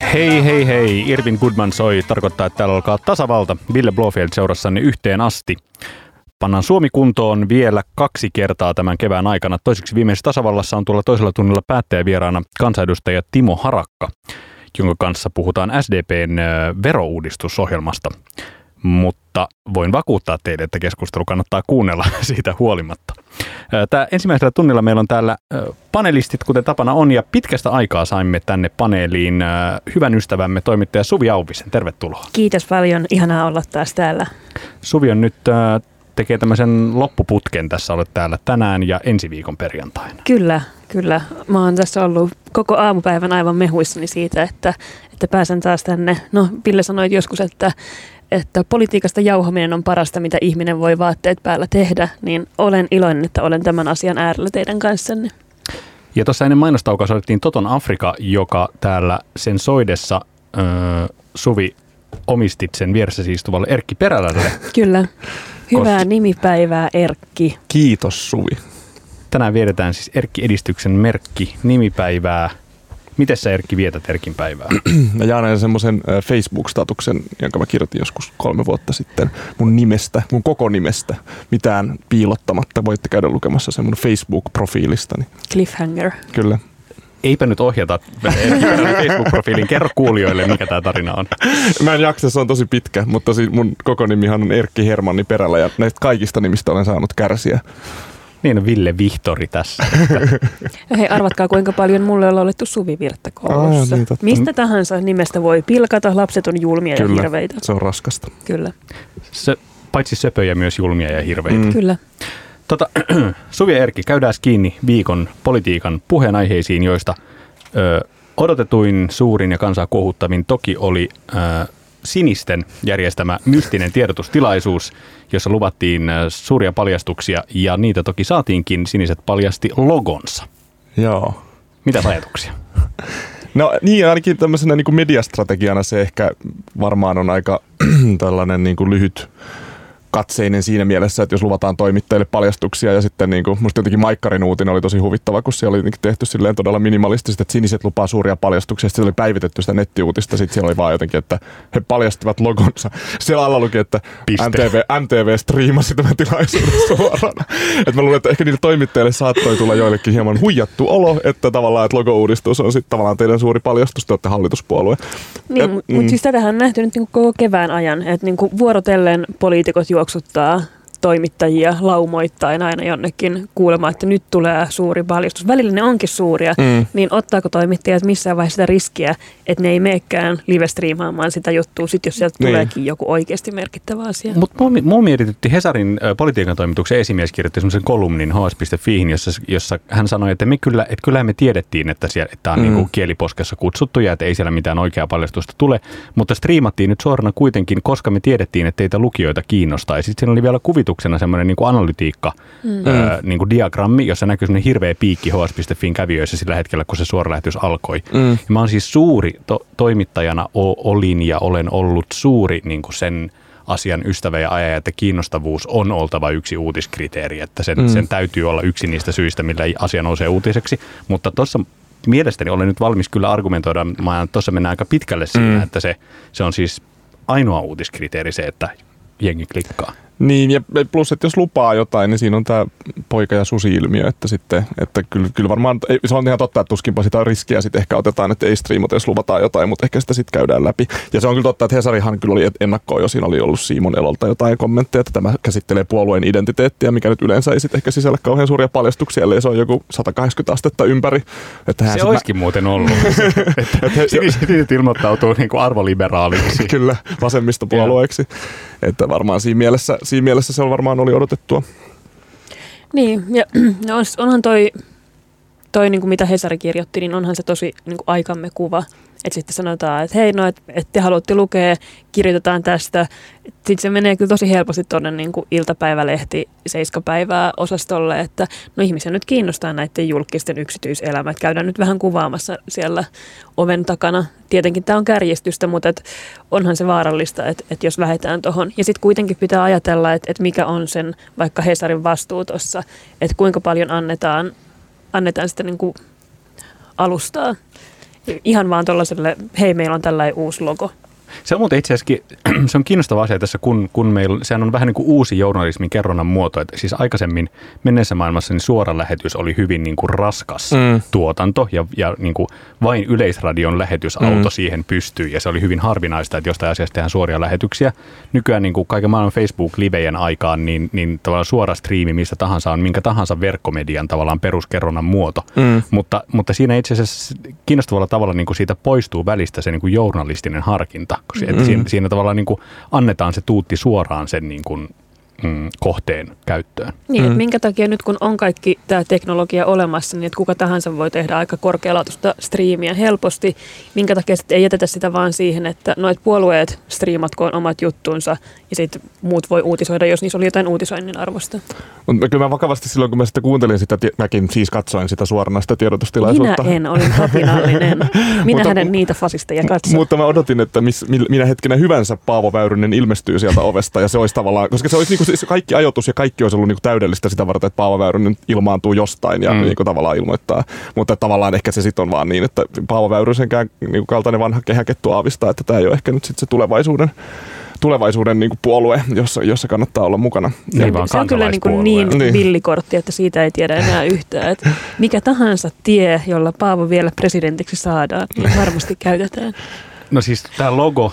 Hei hei hei, Irvin Goodman soi, tarkoittaa, että täällä alkaa tasavalta. Ville Blofeld seurassanne yhteen asti. Pannaan Suomi kuntoon vielä 2 kertaa tämän kevään aikana. Toiseksi viimeisessä tasavallassa on tuolla toisella tunnilla päättäjävieraana kansanedustaja Timo Harakka, jonka kanssa puhutaan SDPn verouudistusohjelmasta. Mutta voin vakuuttaa teille, että keskustelu kannattaa kuunnella siitä huolimatta. Tämä ensimmäisellä tunnilla meillä on täällä panelistit, kuten tapana on, ja pitkästä aikaa saimme tänne paneeliin hyvän ystävämme toimittaja Suvi Auvisen. Tervetuloa. Kiitos paljon, ihanaa olla taas täällä. Suvi on nyt tekee tämmöisen loppuputken tässä, olet täällä tänään ja ensi viikon perjantaina. Kyllä. Mä oon tässä ollut koko aamupäivän aivan mehuissani siitä, että pääsen taas tänne. No, Ville sanoi joskus, että politiikasta jauhaminen on parasta, mitä ihminen voi vaatteet päällä tehdä, niin olen iloinen, että olen tämän asian äärellä teidän kanssanne. Ja tuossa ennen mainostaukaa soitettiin Toton Afrika, joka täällä sen soidessa Suvi omistit sen vieressäsi istuvalle Erkki Perälälle. Kyllä. Hyvää nimipäivää, Erkki. Kiitos, Suvi. Tänään vietetään siis Erkki-edistyksen merkki nimipäivää. Miten sä, Erkki, vietät Erkin päivää? Mä jaan semmoisen Facebook-statuksen, jonka mä kirjoitin joskus 3 vuotta sitten mun koko nimestä. Mitään piilottamatta. Voitte käydä lukemassa sen mun Facebook-profiilistani. Cliffhanger. Kyllä. Eipä nyt ohjata Facebook-profiilin. Kerro kuulijoille, mikä tämä tarina on. Mä en jaksa, se on tosi pitkä, mutta mun koko nimihan on Erkki Hermanni Perälä ja näistä kaikista nimistä olen saanut kärsiä. Niin on Ville Vihtori tässä. Hei, arvatkaa kuinka paljon mulle on laulettu Suvi Virta koulussa. Niin, mistä tahansa nimestä voi pilkata, lapset on julmia ja hirveitä. Se on raskasta. Kyllä. Paitsi söpöjä, myös julmia ja hirveitä. Kyllä. Suvi ja Erkki, käydään kiinni viikon politiikan puheenaiheisiin, joista odotetuin, suurin ja kansaa kuohuttavin toki oli sinisten järjestämä mystinen tiedotustilaisuus, jossa luvattiin suuria paljastuksia, ja niitä toki saatiinkin. Siniset paljasti logonsa. Joo. Mitä ajatuksia? No niin, ainakin tämmöisenä niin kuin mediastrategiana se ehkä varmaan on aika tällainen niin kuin lyhyt katseinen siinä mielessä, että jos luvataan toimittajille paljastuksia ja sitten niin kuin, musta jotenkin Maikkarin uutinen oli tosi huvittava, kun se oli tehty silleen todella minimalistisesti, että siniset lupaa suuria paljastuksia, sitten oli päivitetty sitä nettiuutista, sitten siellä oli vaan jotenkin, että he paljastivat logonsa. Siellä alla luki, että MTV striimasi tämän tilaisuuden suorana. Että mä luulen, että ehkä niille toimittajille saattoi tulla joillekin hieman huijattu olo, että tavallaan, että logo-uudistus on sitten tavallaan teidän suuri paljastus, te olette hallituspuolue. Niin, mutta siis tätähän on nähty nyt niin koko kevään ajan, että niin vuorotellen poliitikot juoksuttaa toimittajia laumoittain aina jonnekin kuulemaan, että nyt tulee suuri paljastus. Välillä ne onkin suuria, niin ottaako toimittajat missään vaiheessa sitä riskiä, että ne ei meekään live-striimaamaan sitä juttua, sit jos sieltä tuleekin joku oikeasti merkittävä asia. Mutta mua mietitytti Hesarin politiikan toimituksen esimies kirjoitti semmoisen kolumnin hs.fiihin, jossa hän sanoi, että kyllähän me tiedettiin, että tämä on niinku kieliposkessa kutsuttu ja että ei siellä mitään oikeaa paljastusta tule, mutta striimattiin nyt suorana kuitenkin, koska me tiedettiin, että teitä lukijoita kiinnostaa. Ja sitten siinä oli vielä kuvituksena semmoinen niinku analytiikka, niinku diagrammi, jossa näkyy semmoinen hirveä piikki hs.fin kävijöissä sillä hetkellä, kun se suoralähetys alkoi. Ja mä oon siis suuri toimittajana olin ja olen ollut suuri niinku sen asian ystävä ja ajaja, että kiinnostavuus on oltava yksi uutiskriteeri, että sen täytyy olla yksi niistä syistä, millä asia nousee uutiseksi, mutta tuossa mielestäni olen nyt valmis kyllä argumentoida, tuossa mennään aika pitkälle siinä, että se on siis ainoa uutiskriteeri se, että jengi klikkaa. Niin, ja plus, että jos lupaa jotain, niin siinä on tämä poika- ja susi-ilmiö, että kyllä varmaan, se on ihan totta, että tuskinpa sitä riskiä sitten ehkä otetaan, että ei striimata, jos luvataan jotain, mutta ehkä sitä sitten käydään läpi. Ja se on kyllä totta, että Hesarihan kyllä oli ennakkoon jo, siinä oli ollut Simon Elolta jotain kommentteja, että tämä käsittelee puolueen identiteettiä, mikä nyt yleensä ei sitten ehkä sisällä kauhean suuria paljastuksia, eli se on joku 180 astetta ympäri. Että se olisikin muuten ollut. Siniset ilmoittautuu niin kuin arvoliberaaliksi. Kyllä, vasemmistopuolueeksi. Että varmaan siinä mielessä se varmaan oli odotettua. Niin, ja onhan toi niin kuin mitä Hesari kirjoitti, niin onhan se tosi niin kuin aikamme kuva. Että sitten sanotaan, että hei, no, että te haluatte lukea, kirjoitetaan tästä. Sitten se menee kyllä tosi helposti tuonne niin kuin iltapäivälehti 7-päivää osastolle, että no ihmisiä nyt kiinnostaa näiden julkisten yksityiselämä. Että käydään nyt vähän kuvaamassa siellä oven takana. Tietenkin tämä on kärjistystä, mutta onhan se vaarallista, että jos lähdetään tuohon. Ja sitten kuitenkin pitää ajatella, että mikä on sen vaikka Hesarin vastuu tuossa, että kuinka paljon annetaan sitä niin kuin alustaa. Ihan vaan tuollaiselle, hei meillä on tällainen uusi logo. Se on muuten itse asiassa, se on kiinnostava asia tässä, kun meillä, sehän on vähän niin kuin uusi journalismin kerronnan muoto. Että siis aikaisemmin menneessä maailmassa niin suora lähetys oli hyvin niin kuin raskas tuotanto ja niin kuin vain Yleisradion lähetysauto siihen pystyi. Ja se oli hyvin harvinaista, että jostain asiasta tehdään suoria lähetyksiä. Nykyään niin kuin kaiken maailman Facebook-livejen aikaan, niin tavallaan suora striimi mistä tahansa on minkä tahansa verkkomedian tavallaan peruskerronnan muoto. Mutta siinä itse asiassa kiinnostavalla tavalla niin kuin siitä poistuu välistä se niin kuin journalistinen harkinta. Että siinä tavallaan niin kuin annetaan se tuutti suoraan sen niin kuin, kohteen käyttöön. Niin, että minkä takia nyt kun on kaikki tämä teknologia olemassa, niin että kuka tahansa voi tehdä aika korkealaatuista striimiä helposti. Minkä takia sitten ei jätetä sitä vaan siihen, että noit puolueet striimatkoon omat juttunsa ja sitten muut voi uutisoida, jos niissä oli jotain uutisoinnin arvosta. Mutta kyllä mä vakavasti silloin, kun mä sitten kuuntelin sitä, mäkin siis katsoin sitä suoranaista tiedotustilaisuutta. Minä olin kapinallinen. Minä hänen niitä fasisteja katsoin. Mutta mä odotin, että minä hetkenä hyvänsä Paavo Väyrynen ilmestyy sieltä ovesta ja se olisi tavallaan, koska se olisi niinku se kaikki ajoitus ja kaikki olisi ollut niinku täydellistä sitä varten, että Paavo Väyrynen ilmaantuu jostain ja niinku tavallaan ilmoittaa. Mutta tavallaan ehkä se sitten on vaan niin, että Paavo Väyrysenkään niinku kaltainen vanha kehäkettu aavistaa, että tämä ei ole ehkä nyt sitten se tulevaisuuden niinku puolue, jossa kannattaa olla mukana. Se on kyllä niin villikortti, että siitä ei tiedä enää yhtään. Että mikä tahansa tie, jolla Paavo vielä presidentiksi saadaan, niin varmasti käytetään. No siis tämä logo,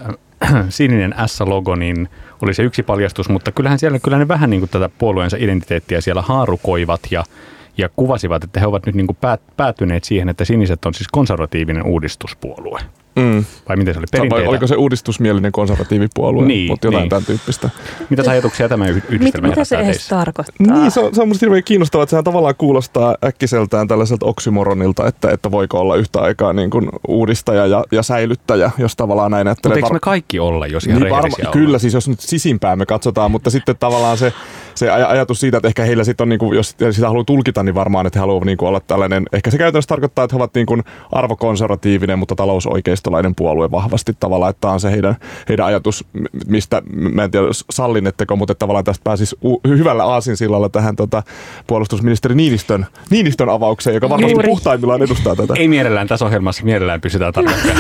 sininen S-logo, niin oli se yksi paljastus, mutta kyllä ne vähän niin kuin tätä puolueensa identiteettiä siellä haarukoivat ja kuvasivat, että he ovat nyt niin kuin päätyneet siihen, että siniset on siis konservatiivinen uudistuspuolue. Vai miten se oli perinteitä? Vai oliko se uudistusmielinen konservatiivipuolue, mutta jotain tämän tyyppistä. Mitä ajatuksia tämä yhdistelmä Mitä se edes tarkoittaa? Niin, se on musta hirveän kiinnostavaa, että sehän tavallaan kuulostaa äkkiseltään tällaiselta oksymoronilta, että voiko olla yhtä aikaa niin kuin uudistaja ja säilyttäjä, jos tavallaan näin ajattelee. Mutta eikö me kaikki olla, jos ihan niin rehellisiä olla? Kyllä, siis jos nyt sisimpään me katsotaan, mutta sitten tavallaan se ajatus siitä, että ehkä heillä sitten on, niin kuin, jos sitä haluaa tulkita, niin varmaan, että he haluavat niin kuin olla tällainen, ehkä se käytännössä tarkoittaa, että he ovat niin kuin arvokonservatiivinen, mutta talousoikeistolainen puolue vahvasti tavallaan, että tämä on se heidän ajatus, mistä, mä en tiedä sallinnetteko, mutta tavallaan tästä pääsisi hyvällä aasinsillalla tähän puolustusministeri Niinistön avaukseen, joka varmasti puhtaimmillaan edustaa tätä. Ei mielellään tässä ohjelmassa, mielellään pysytään tarkkaan.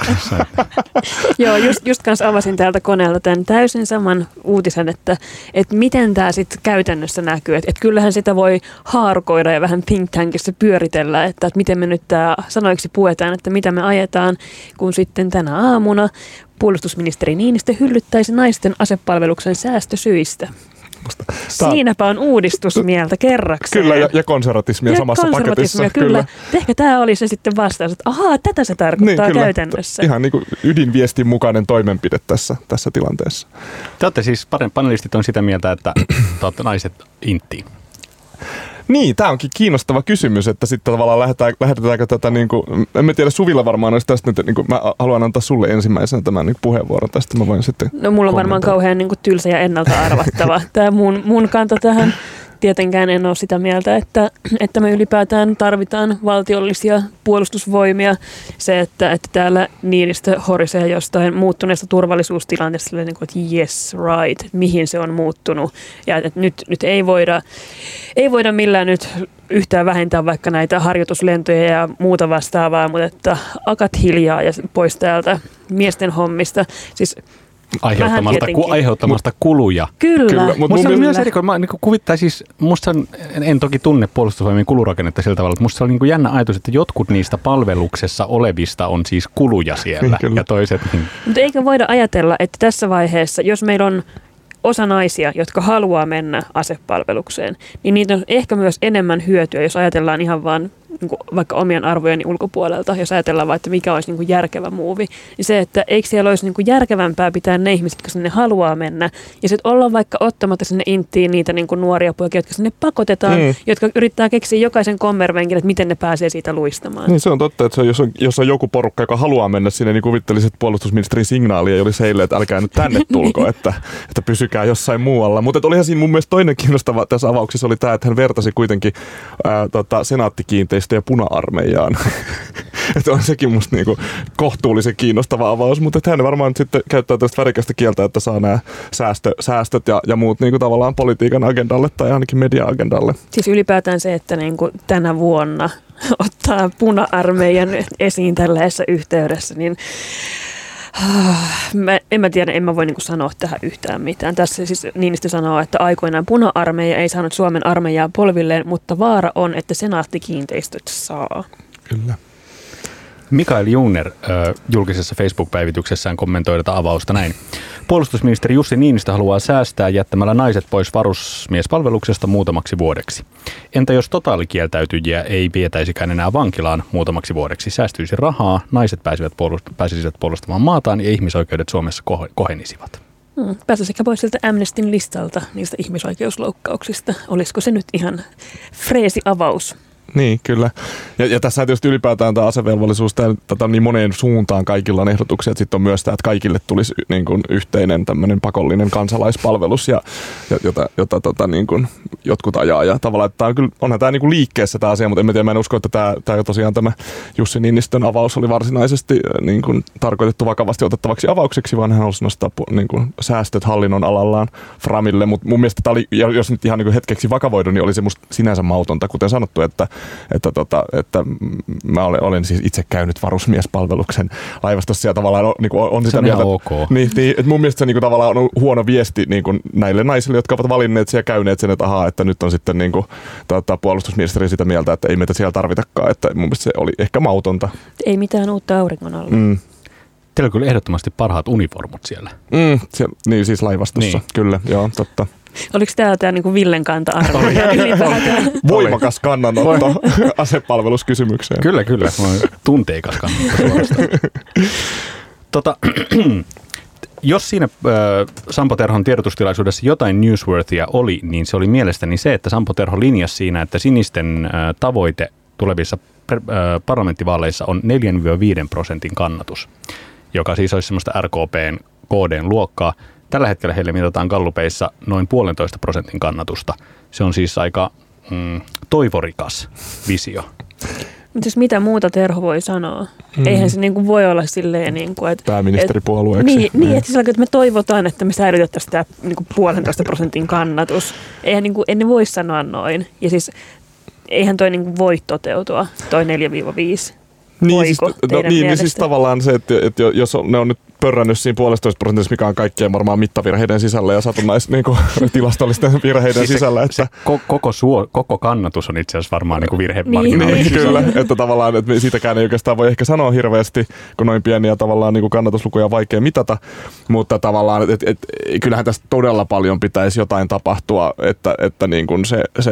Joo, just kanssa avasin täältä koneelta tämän täysin saman uutisen, että miten tämä sitten käytännössä näkyy. Että kyllähän sitä voi haarukoida ja vähän think tankissa pyöritellä, että miten me nyt tämä sanoiksi puetaan, että mitä me ajetaan, kun sitten tänä aamuna puolustusministeri Niinistö hyllyttäisi naisten asepalveluksen säästösyistä. Siinäpä on uudistusmieltä kerrakseen. Kyllä, ja konservatismia samassa paketissa. Kyllä. Ehkä tämä oli se sitten vastaus, että ahaa, tätä se tarkoittaa niin, käytännössä. Ihan niin kuin ydinviestin mukainen toimenpide tässä tilanteessa. Te olette siis, panelistit on sitä mieltä, että naiset inttiin. Niin, tämä onkin kiinnostava kysymys, että sitten tavallaan lähetetäänkö tätä, niin kuin, en tiedä, Suvilla varmaan olisi tästä nyt, niin kuin, mä haluan antaa sulle ensimmäisenä tämän niin puheenvuoron tästä, mä voin sitten No mulla on varmaan kauhean niin kuin tylsä ja ennalta arvattava tämä mun kanta tähän. Tietenkään en ole sitä mieltä, että me ylipäätään tarvitaan valtiollisia puolustusvoimia. Se, että täällä Niinistö horisee jostain muuttuneesta turvallisuustilanteesta, niin kuin, että yes, right, mihin se on muuttunut. Ja että nyt ei voida millään nyt yhtään vähentää vaikka näitä harjoituslentoja ja muuta vastaavaa, mutta että akat hiljaa ja pois täältä miesten hommista. Siis aiheuttamasta kuluja. Kyllä. Musta on myös erikoinen. Musta en toki tunne puolustusvoimien kulurakennetta sillä tavalla, että musta se oli jännä ajatus, että jotkut niistä palveluksessa olevista on siis kuluja siellä ja toiset. Mutta eikö voida ajatella, että tässä vaiheessa, jos meillä on osa naisia, jotka haluaa mennä asepalvelukseen, niin niitä on ehkä myös enemmän hyötyä, jos ajatellaan ihan vaan niin vaikka omien arvojeni ulkopuolelta, jos ajatellaan vaan, että mikä olisi niin järkevä muuvi, niin se, että eikö siellä olisi niin järkevämpää pitää ne ihmiset, jotka sinne haluaa mennä, ja sitten olla vaikka ottamatta sinne inttiin niitä niin nuoria poikia, jotka sinne pakotetaan, jotka yrittää keksiä jokaisen kommervenkin, että miten ne pääsee siitä luistamaan. Niin se on totta, että jos on joku porukka, joka haluaa mennä sinne, niin kuvittelisi, että puolustusministerin signaali ei olisi heille, että älkää nyt tänne tulko, että pysykää jossain muualla. Mutta olihan siinä mun mielestä toinen kiinnostava tässä avauksessa oli tämä, että hän vertasi kuitenkin senaattikiinteistöjä ja puna-armeijaan. Että on sekin musta niinku kohtuullisen kiinnostava avaus, mutta hän varmaan sitten käyttää tästä värikästä kieltä, että saa nämä säästöt ja muut niinku tavallaan politiikan agendalle tai ainakin media-agendalle. Siis ylipäätään se, että niinku tänä vuonna ottaa puna-armeijan esiin tällaisessa yhteydessä, niin en mä tiedä, en mä voi niinku sanoa tähän yhtään mitään. Tässä siis Niinistö sanoo, että aikoinaan puna-armeija ei saanut Suomen armeijaa polvilleen, mutta vaara on, että senaatti-kiinteistöt saa. Kyllä. Mikael Jungner julkisessa Facebook-päivityksessään kommentoi tätä avausta näin. Puolustusministeri Jussi Niinistö haluaa säästää jättämällä naiset pois varusmiespalveluksesta muutamaksi vuodeksi. Entä jos totaalikieltäytyjiä ei vietäisikään enää vankilaan muutamaksi vuodeksi? Säästyisi rahaa, naiset pääsisivät puolustamaan maataan ja ihmisoikeudet Suomessa kohenisivat. Pääsisikö pois sieltä Amnestyn listalta niistä ihmisoikeusloukkauksista? Olisiko se nyt ihan freesi avaus? Niin, kyllä. Ja tässä tietysti ylipäätään tämä asevelvollisuus, tätä on niin moneen suuntaan, kaikilla on ehdotuksia, että sitten on myös tämä, että kaikille tulisi niin kuin yhteinen tämmöinen pakollinen kansalaispalvelus, jota niin kuin jotkut ajaa. Ja tavallaan, että onhan tämä niin kuin liikkeessä tämä asia, mutta mä en usko, että tämä Jussi Niinistön avaus oli varsinaisesti niin kuin tarkoitettu vakavasti otettavaksi avaukseksi, vaan hän halusi nostaa niin kuin säästöt hallinnon alallaan framille. Mutta mun mielestä tämä oli, jos nyt ihan niin kuin hetkeksi vakavoidun, niin oli se musta sinänsä mautonta, kuten sanottu, että mä olen siis itse käynyt varusmiespalveluksen laivastossa ja tavallaan niin on sitä mieltä, niin, että mun mielestä se niin kuin, tavallaan on huono viesti niin kuin näille naisille, jotka ovat valinneet sen ja käyneet sen, että ahaa, että nyt on sitten niin kuin, puolustusministeri sitä mieltä, että ei meitä siellä tarvitakaan, että mun mielestä se oli ehkä mautonta. Ei mitään uutta auringon alla. Teillä on kyllä ehdottomasti parhaat univormut siellä. Niin siis laivastossa, niin. Kyllä, joo, totta. Oliko tämä niinku Villen kanta-arvoja ylipäätään? Voimakas kannanotto asepalveluskysymykseen. Kyllä. Tunteikas kannanotto suorastaan. Jos siinä Sampo Terhon tiedotustilaisuudessa jotain newsworthia oli, niin se oli mielestäni se, että Sampo Terho linjasi siinä, että sinisten tavoite tulevissa parlamenttivaaleissa on 4-5% kannatus, joka siis olisi semmoista RKPn KD:n luokkaa. Tällä hetkellä heille mitataan gallupeissa noin 1,5% kannatusta. Se on siis aika toivorikas visio. Mutta siis mitä muuta Terho voi sanoa? Eihän se niinku voi olla silleen, niinku, että pääministeripuolueeksi. Niin, että me toivotaan, että me säilytettäisiin tämä niinku 1,5% kannatus. Eihän niinku, en ne voi sanoa noin. Ja siis eihän toi niinku voi toteutua, toi 4-5. Niin siis tavallaan se, että jos ne on nyt pörrännyt siinä 1,5%, mikä on kaikkien varmaan mittavirheiden sisällä ja niin tilastollisten virheiden siis sisällä. Että koko kannatus on itse asiassa varmaan niin virhemarginaali. Niin, kyllä, että tavallaan että siitäkään ei oikeastaan voi ehkä sanoa hirveästi, kun noin pieniä tavallaan niin kannatuslukuja on vaikea mitata, mutta tavallaan kyllähän tästä todella paljon pitäisi jotain tapahtua, että niin kuin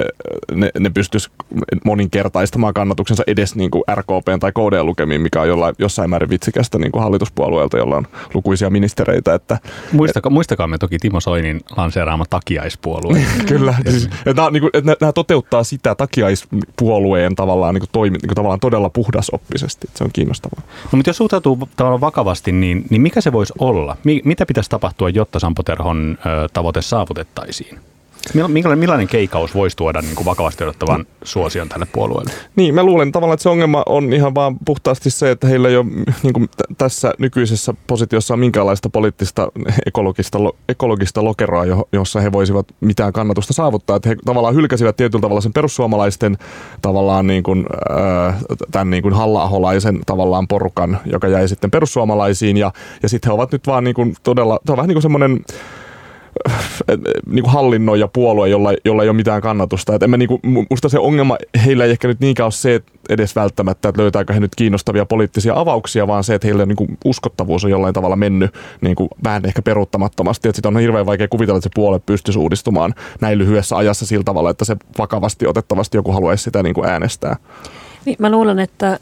ne pystyisi moninkertaistamaan kannatuksensa edes niin kuin RKPn tai KD-lukemiin, mikä on jossain määrin vitsikästä niin kuin hallituspuolueelta, jolla on lukuisia ministereitä. Että muistakaa me toki Timo Soinin lanseeraama takiaispuolue. Kyllä. Siis, nämä toteuttaa sitä takiaispuolueen tavallaan, tavallaan todella puhdasoppisesti. Se on kiinnostavaa. No, mutta jos suhtautuu tavallaan vakavasti, niin mikä se voisi olla? Mitä pitäisi tapahtua, jotta Sampo Terhon tavoite saavutettaisiin? Millainen keikaus voisi tuoda niin kuin vakavasti odottavan suosion tälle puolueelle? Niin, mä luulen tavallaan, että se ongelma on ihan vaan puhtaasti se, että heillä ei ole niin kuin tässä nykyisessä positiossa minkäänlaista poliittista ekologista lokeroa, jossa he voisivat mitään kannatusta saavuttaa. Että he tavallaan hylkäsivät tietyllä tavalla sen perussuomalaisten tavallaan niin kuin, tämän niin kuin Halla-aholaisen tavallaan porukan, joka jäi sitten perussuomalaisiin. Ja sitten he ovat nyt vaan niin kuin todella, se on vähän niin kuin semmoinen niin kuin hallinnoija puolue, jolla ei ole mitään kannatusta. Et musta se ongelma heillä ei ehkä nyt niinkään ole se että edes välttämättä, että löytääkö he nyt kiinnostavia poliittisia avauksia, vaan se, että heillä niin kuin uskottavuus on jollain tavalla mennyt niin kuin vähän ehkä peruuttamattomasti. Sitä on hirveän vaikea kuvitella, että se puolue pystyisi uudistumaan näin lyhyessä ajassa sillä tavalla, että se vakavasti otettavasti joku haluaisi sitä niin kuin äänestää. Niin, mä luulen, että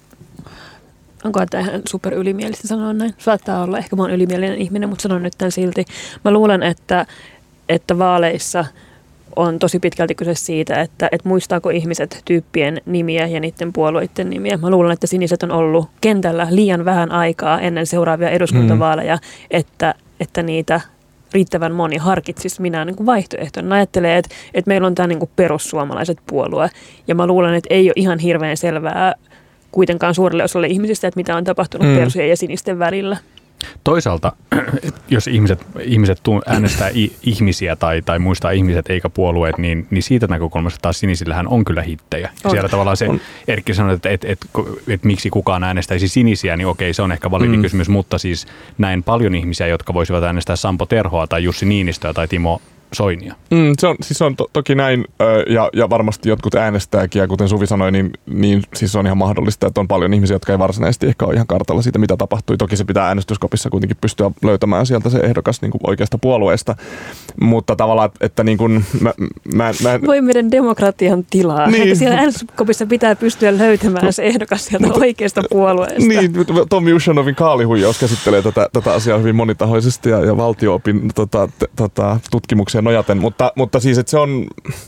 onko tämä ihan super ylimielistä sanoa näin? Saattaa olla. Ehkä mä oon ylimielinen ihminen, mutta sanon nyt tämän silti. Mä luulen, että vaaleissa on tosi pitkälti kyse siitä, että muistaako ihmiset tyyppien nimiä ja niiden puolueiden nimiä. Mä luulen, että siniset on ollut kentällä liian vähän aikaa ennen seuraavia eduskuntavaaleja, että niitä riittävän moni harkitsisi minä niin kuin vaihtoehtona. Ajattelee, että meillä on tämä niin kuin perussuomalaiset puolue ja mä luulen, että ei ole ihan hirveän selvää kuitenkaan suurelle osalle ihmisistä, että mitä on tapahtunut persujen ja sinisten välillä. Toisaalta, jos ihmiset äänestää ihmisiä tai muistaa ihmiset eikä puolueet, niin siitä näkökulmasta taas sinisillähän on kyllä hittejä. Ja siellä tavallaan se, Erkki sanoi, että miksi kukaan äänestäisi sinisiä, niin okei, se on ehkä validi kysymys, mutta siis näin paljon ihmisiä, jotka voisivat äänestää Sampo Terhoa tai Jussi Niinistöä tai Timo Soinia. Se on toki näin, ja varmasti jotkut äänestääkin, ja kuten Suvi sanoi, niin siis on ihan mahdollista, että on paljon ihmisiä, jotka ei varsinaisesti ehkä ole ihan kartalla siitä, mitä tapahtui. Toki se pitää äänestyskopissa kuitenkin pystyä löytämään sieltä se ehdokas niin kuin oikeasta puolueesta, mutta tavallaan, että niin kuin voi meidän demokratian tilaa. Niin. Siellä äänestyskopissa pitää pystyä löytämään se ehdokas sieltä oikeasta puolueesta. Niin, Tommi Ushanovin kaalihuijaus käsittelee tätä asiaa hyvin monitahoisesti ja valtio-opin tutkimukseen nojaten, mutta siis, että se on,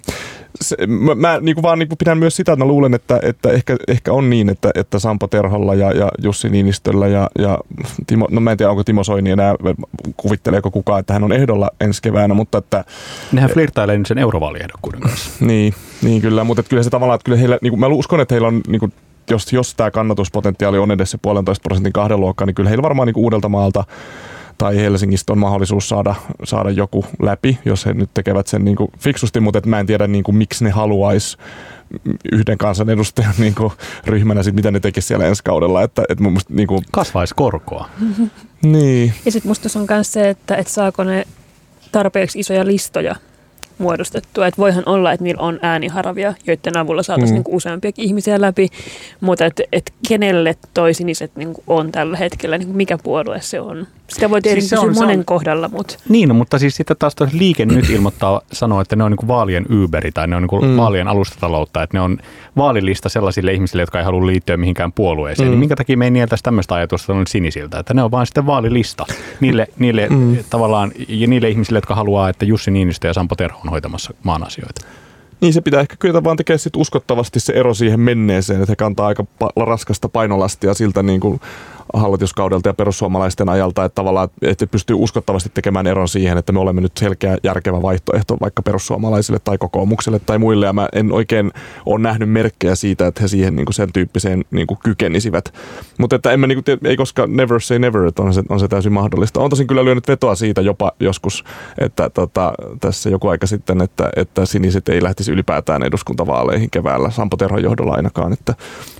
mä niinku vaan niinku pidän myös sitä, että mä luulen, että ehkä on niin, että Sampo Terholla ja Jussi Niinistöllä ja Timo, no mä en tiedä, onko Timo Soini enää, kuvitteleeko kukaan, että hän on ehdolla ensi keväänä, mutta että nehän flirttailee sen eurovaaliehdokkuuden kanssa. Niin kyllä, mutta kyllä se tavallaan, että kyllä heillä, niinku, mä uskon, että heillä on niinku, jos tämä kannatuspotentiaali on edes se 1,5% kahden luokkaa, niin kyllä heillä varmaan niinku Uudeltamaalta tai Helsingistä on mahdollisuus saada joku läpi, jos he nyt tekevät sen niin kuin fiksusti, mutta mä en tiedä niin kuin, miksi ne haluaisi yhden kansanedustajan niin kuin ryhmänä, sit, mitä ne tekisi siellä ensi kaudella. Että mun musta, niin kuin kasvaisi korkoa. Niin. Ja sitten musta on myös se, että saako ne tarpeeksi isoja listoja muodostettua. Että voihan olla, että niillä on ääniharavia, joiden avulla saataisiin niinku useampiakin ihmisiä läpi, mutta et kenelle toi siniset niinku on tällä hetkellä, niinku mikä puolue se on. Sitä voi tietenkin siis kysyä monen kohdalla. Niin, mutta siis sitten taas Liike Nyt sanoo, että ne on niinku vaalien Uberi tai ne on niinku vaalien alustataloutta, että ne on vaalilista sellaisille ihmisille, jotka ei halua liittyä mihinkään puolueeseen. Niin minkä takia me ei nieltäisi tämmöistä ajatusta sinisiltä, että ne on vaan sitten vaalilista niille tavallaan ja niille ihmisille, jotka haluaa, että Jussi Niinistö ja Sampo Terho on hoitamassa maan asioita. Niin se pitää ehkä kyetä vaan tekemään sit uskottavasti se ero siihen menneeseen, että he kantaa aika raskasta painolastia siltä niin kuin hallituskaudelta ja perussuomalaisten ajalta, että tavallaan että pystyy uskottavasti tekemään eron siihen, että me olemme nyt selkeä järkevä vaihtoehto vaikka perussuomalaisille tai kokoomukselle tai muille, ja mä en oikein ole nähnyt merkkejä siitä, että he siihen niin kuin sen tyyppiseen niin kuin kykenisivät. Mutta että niin kuin, ei koskaan never say never, että on se täysin mahdollista. On tosin kyllä lyönyt vetoa siitä jopa joskus, että tässä joku aika sitten, että siniset ei lähtisi ylipäätään eduskuntavaaleihin keväällä Sampo Terhon johdolla ainakaan, että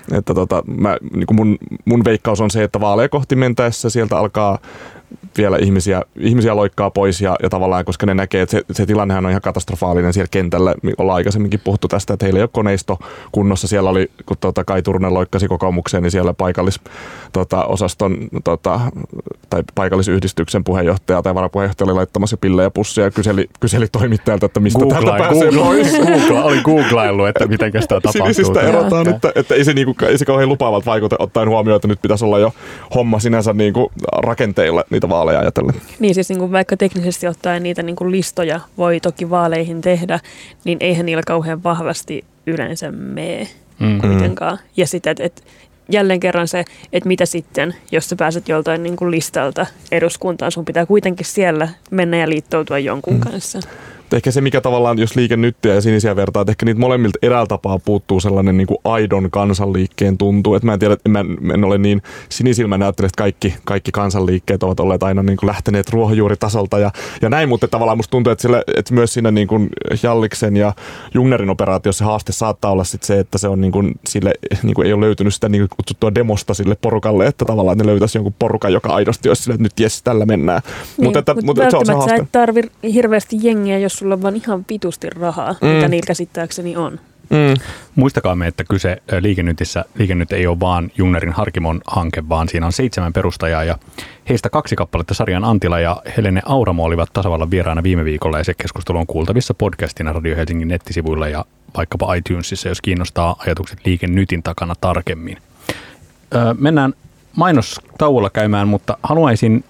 niin kuin mun veikkaus on se, että vaaleja kohti mentäessä sieltä alkaa vielä ihmisiä loikkaa pois ja tavallaan, koska ne näkee, että se tilannehan on ihan katastrofaalinen siellä kentällä. Me ollaan aikaisemminkin puhuttu tästä, että heillä ei ole koneisto kunnossa. Siellä oli, kun Kai Turunen loikkasi kokoomukseen, niin siellä paikallisosaston tai paikallisyhdistyksen puheenjohtaja tai varapuheenjohtaja oli laittamassa pillejä pussia ja kyseli toimittajalta, että mistä täältä pääsee pois. Oli googlaillut, että miten sitä tapahtuu. Sinisistä erotaan, että ei se kauhean lupaavalta vaikuta ottaen huomioon, että nyt pitäisi olla jo homma sinänsä niin kuin rakenteilla niitä vaaleja ajatellen. Niin siis niin kuin vaikka teknisesti ottaen niitä niin kuin listoja voi toki vaaleihin tehdä, niin eihän niillä kauhean vahvasti yleensä mene kuitenkaan. Ja sitten, että jälleen kerran se, että mitä sitten, jos sä pääset joltain niin kuin listalta eduskuntaan, sun pitää kuitenkin siellä mennä ja liittoutua jonkun kanssa. Ehkä se, mikä tavallaan, jos Liike Nyttiä ja sinisiä vertaa, että ehkä niitä molemmilta eräällä tapaa puuttuu sellainen niin kuin aidon kansanliikkeen tuntu. Että mä en tiedä, että en ole niin sinisilmäinen, ajattelen, että kaikki kansanliikkeet ovat olleet aina niin kuin lähteneet ruohonjuuritasolta ja näin, mutta tavallaan musta tuntuu, että myös siinä niin kuin Jalliksen ja Jungnerin operaatiossa haaste saattaa olla sit se, että se on niin kuin, sille niin kuin ei ole löytynyt sitä niin kuin kutsuttua demosta sille porukalle, että tavallaan ne löytäisi jonkun porukan, joka aidosti olisi sille, että nyt jes, tällä mennään. Niin, mutta välttämättä sä et tarvi hirveästi jengiä, jos sulla on vaan ihan vitusti rahaa, mitä niillä käsittääkseni on. Muistakaamme, että kyse Liike Nyt ei ole vaan Jungnerin Harkimon hanke, vaan siinä on 7 perustajaa ja heistä 2 kappaletta Sarjan Antila ja Helene Auramo olivat tasavallan vieraana viime viikolla ja se keskustelu on kuultavissa podcastina Radio Helsingin nettisivuilla ja vaikkapa iTunesissa, jos kiinnostaa ajatukset Liike Nytin takana tarkemmin. Mennään mainostauolla käymään, mutta haluaisin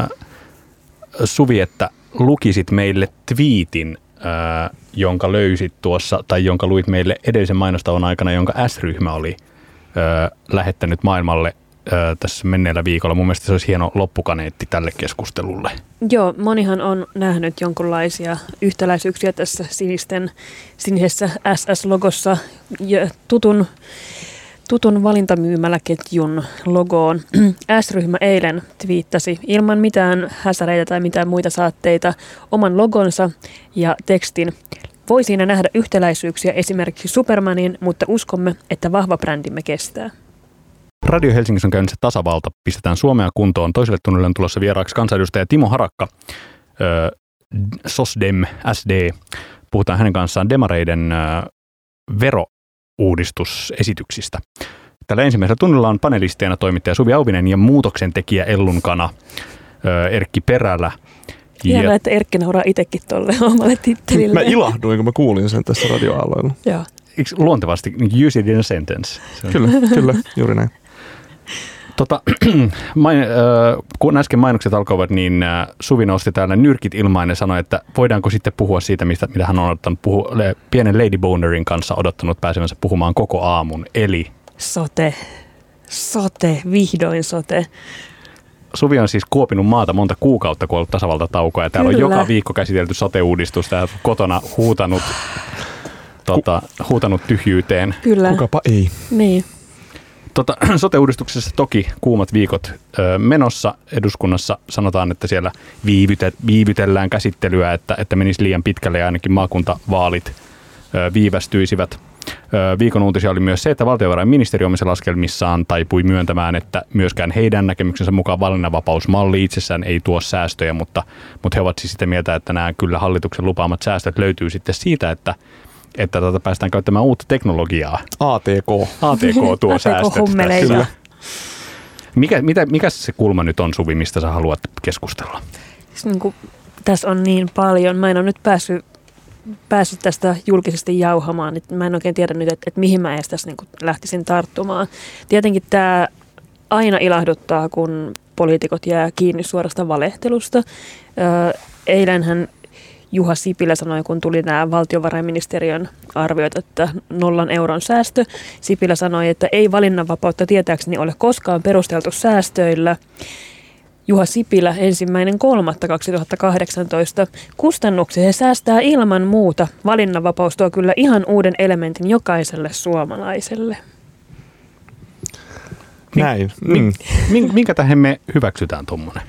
Suvi, että lukisit meille twiitin, jonka löysit tuossa, tai jonka luit meille edellisen mainostauon aikana, jonka S-ryhmä oli lähettänyt maailmalle tässä menneellä viikolla. Mun mielestä se olisi hieno loppukaneetti tälle keskustelulle. Joo, monihan on nähnyt jonkinlaisia yhtäläisyyksiä tässä sinisessä SS-logossa ja tutun valintamyymäläketjun logoon. S-ryhmä eilen twiittasi ilman mitään häsäreitä tai mitään muita saatteita oman logonsa ja tekstin. Voi siinä nähdä yhtäläisyyksiä esimerkiksi Supermanin, mutta uskomme, että vahva brändimme kestää. Radio Helsingissä on käynnissä tasavalta. Pistetään Suomea kuntoon. Toiselle tunnille on tulossa vieraaksi kansanedustaja Timo Harakka, SOSDEM, SD. Puhutaan hänen kanssaan demareiden verouudistusesityksistä. Tällä ensimmäisellä tunnilla on panelisteina toimittaja Suvi Auvinen ja muutoksen tekijä Ellunkana Erkki Perälä. Hienoa, että Erkki nauraa itsekin tuolle omalle tittelille. Mä ilahduin, kun mä kuulin sen tässä radioaaloilla. Joo. Luontevasti, use it in a sentence. Kyllä, juuri näin. Kun äsken mainokset alkoivat, niin Suvi nosti täällä nyrkit ilmaan ja sanoi, että voidaanko sitten puhua siitä, mitä hän on odottanut pienen Lady Bonerin kanssa odottanut pääsevänsä puhumaan koko aamun, eli Sote, vihdoin sote. Suvi on siis kuopinut maata monta kuukautta, kun on ollut tasavaltataukoa, ja täällä on joka viikko käsitelty sote-uudistusta ja kotona huutanut tyhjyyteen. Kyllä. Kukapa ei. Niin. Sote-uudistuksessa toki kuumat viikot menossa. Eduskunnassa sanotaan, että siellä viivytellään käsittelyä, että menisi liian pitkälle ja ainakin maakuntavaalit viivästyisivät. Viikon uutisia oli myös se, että valtiovarainministeriö omissa laskelmissaan taipui myöntämään, että myöskään heidän näkemyksensä mukaan valinnanvapausmalli itsessään ei tuo säästöjä, mutta he ovat siis sitä mieltä, että nämä kyllä hallituksen lupaamat säästöt löytyy sitten siitä, että päästään käyttämään uutta teknologiaa. ATK tuo säästöt. Kyllä. Mikä se kulma nyt on, Suvi, mistä sä haluat keskustella? Tässä on niin paljon. Mä en ole nyt päässyt tästä julkisesti jauhamaan. Mä en oikein tiedä nyt, että mihin mä edes tässä lähtisin tarttumaan. Tietenkin tämä aina ilahduttaa, kun poliitikot jää kiinni suorasta valehtelusta. Eilenhän Juha Sipilä sanoi, kun tuli nämä valtiovarainministeriön arviot, että 0 euron säästö. Sipilä sanoi, että ei valinnanvapautta tietääkseni ole koskaan perusteltu säästöillä. Juha Sipilä 1.3.2018. Kustannuksia he säästää ilman muuta. Valinnanvapaus tuo kyllä ihan uuden elementin jokaiselle suomalaiselle. Näin. Minkä tähän me hyväksytään tuommoinen?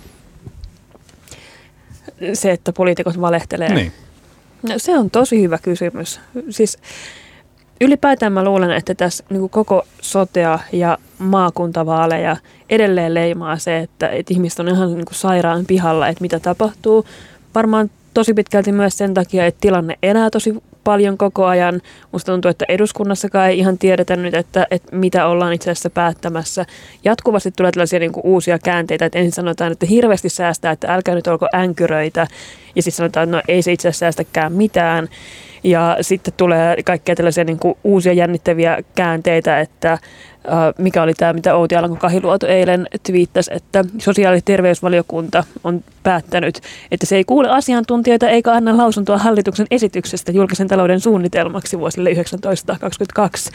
Se, että poliitikot valehtelee. Niin. No, se on tosi hyvä kysymys. Siis ylipäätään mä luulen, että tässä koko sotea ja maakuntavaaleja edelleen leimaa se, että ihmiset on ihan sairaan pihalla, että mitä tapahtuu. Varmaan tosi pitkälti myös sen takia, että tilanne elää tosi paljon koko ajan. Musta tuntuu, että eduskunnassakaan ei ihan tiedetä nyt, että mitä ollaan itse asiassa päättämässä. Jatkuvasti tulee tällaisia uusia käänteitä, että ensin sanotaan, että hirveästi säästää, että älkää nyt olko änkyröitä. Ja sitten sanotaan, että no ei se itse asiassa säästäkään mitään. Ja sitten tulee kaikkea tällaisia uusia jännittäviä käänteitä, että mikä oli tämä, mitä Outi Alanko-Kahiluoto eilen twiittasi, että sosiaali- ja terveysvaliokunta on päättänyt, että se ei kuule asiantuntijoita eikä anna lausuntoa hallituksen esityksestä julkisen talouden suunnitelmaksi vuosille 1922.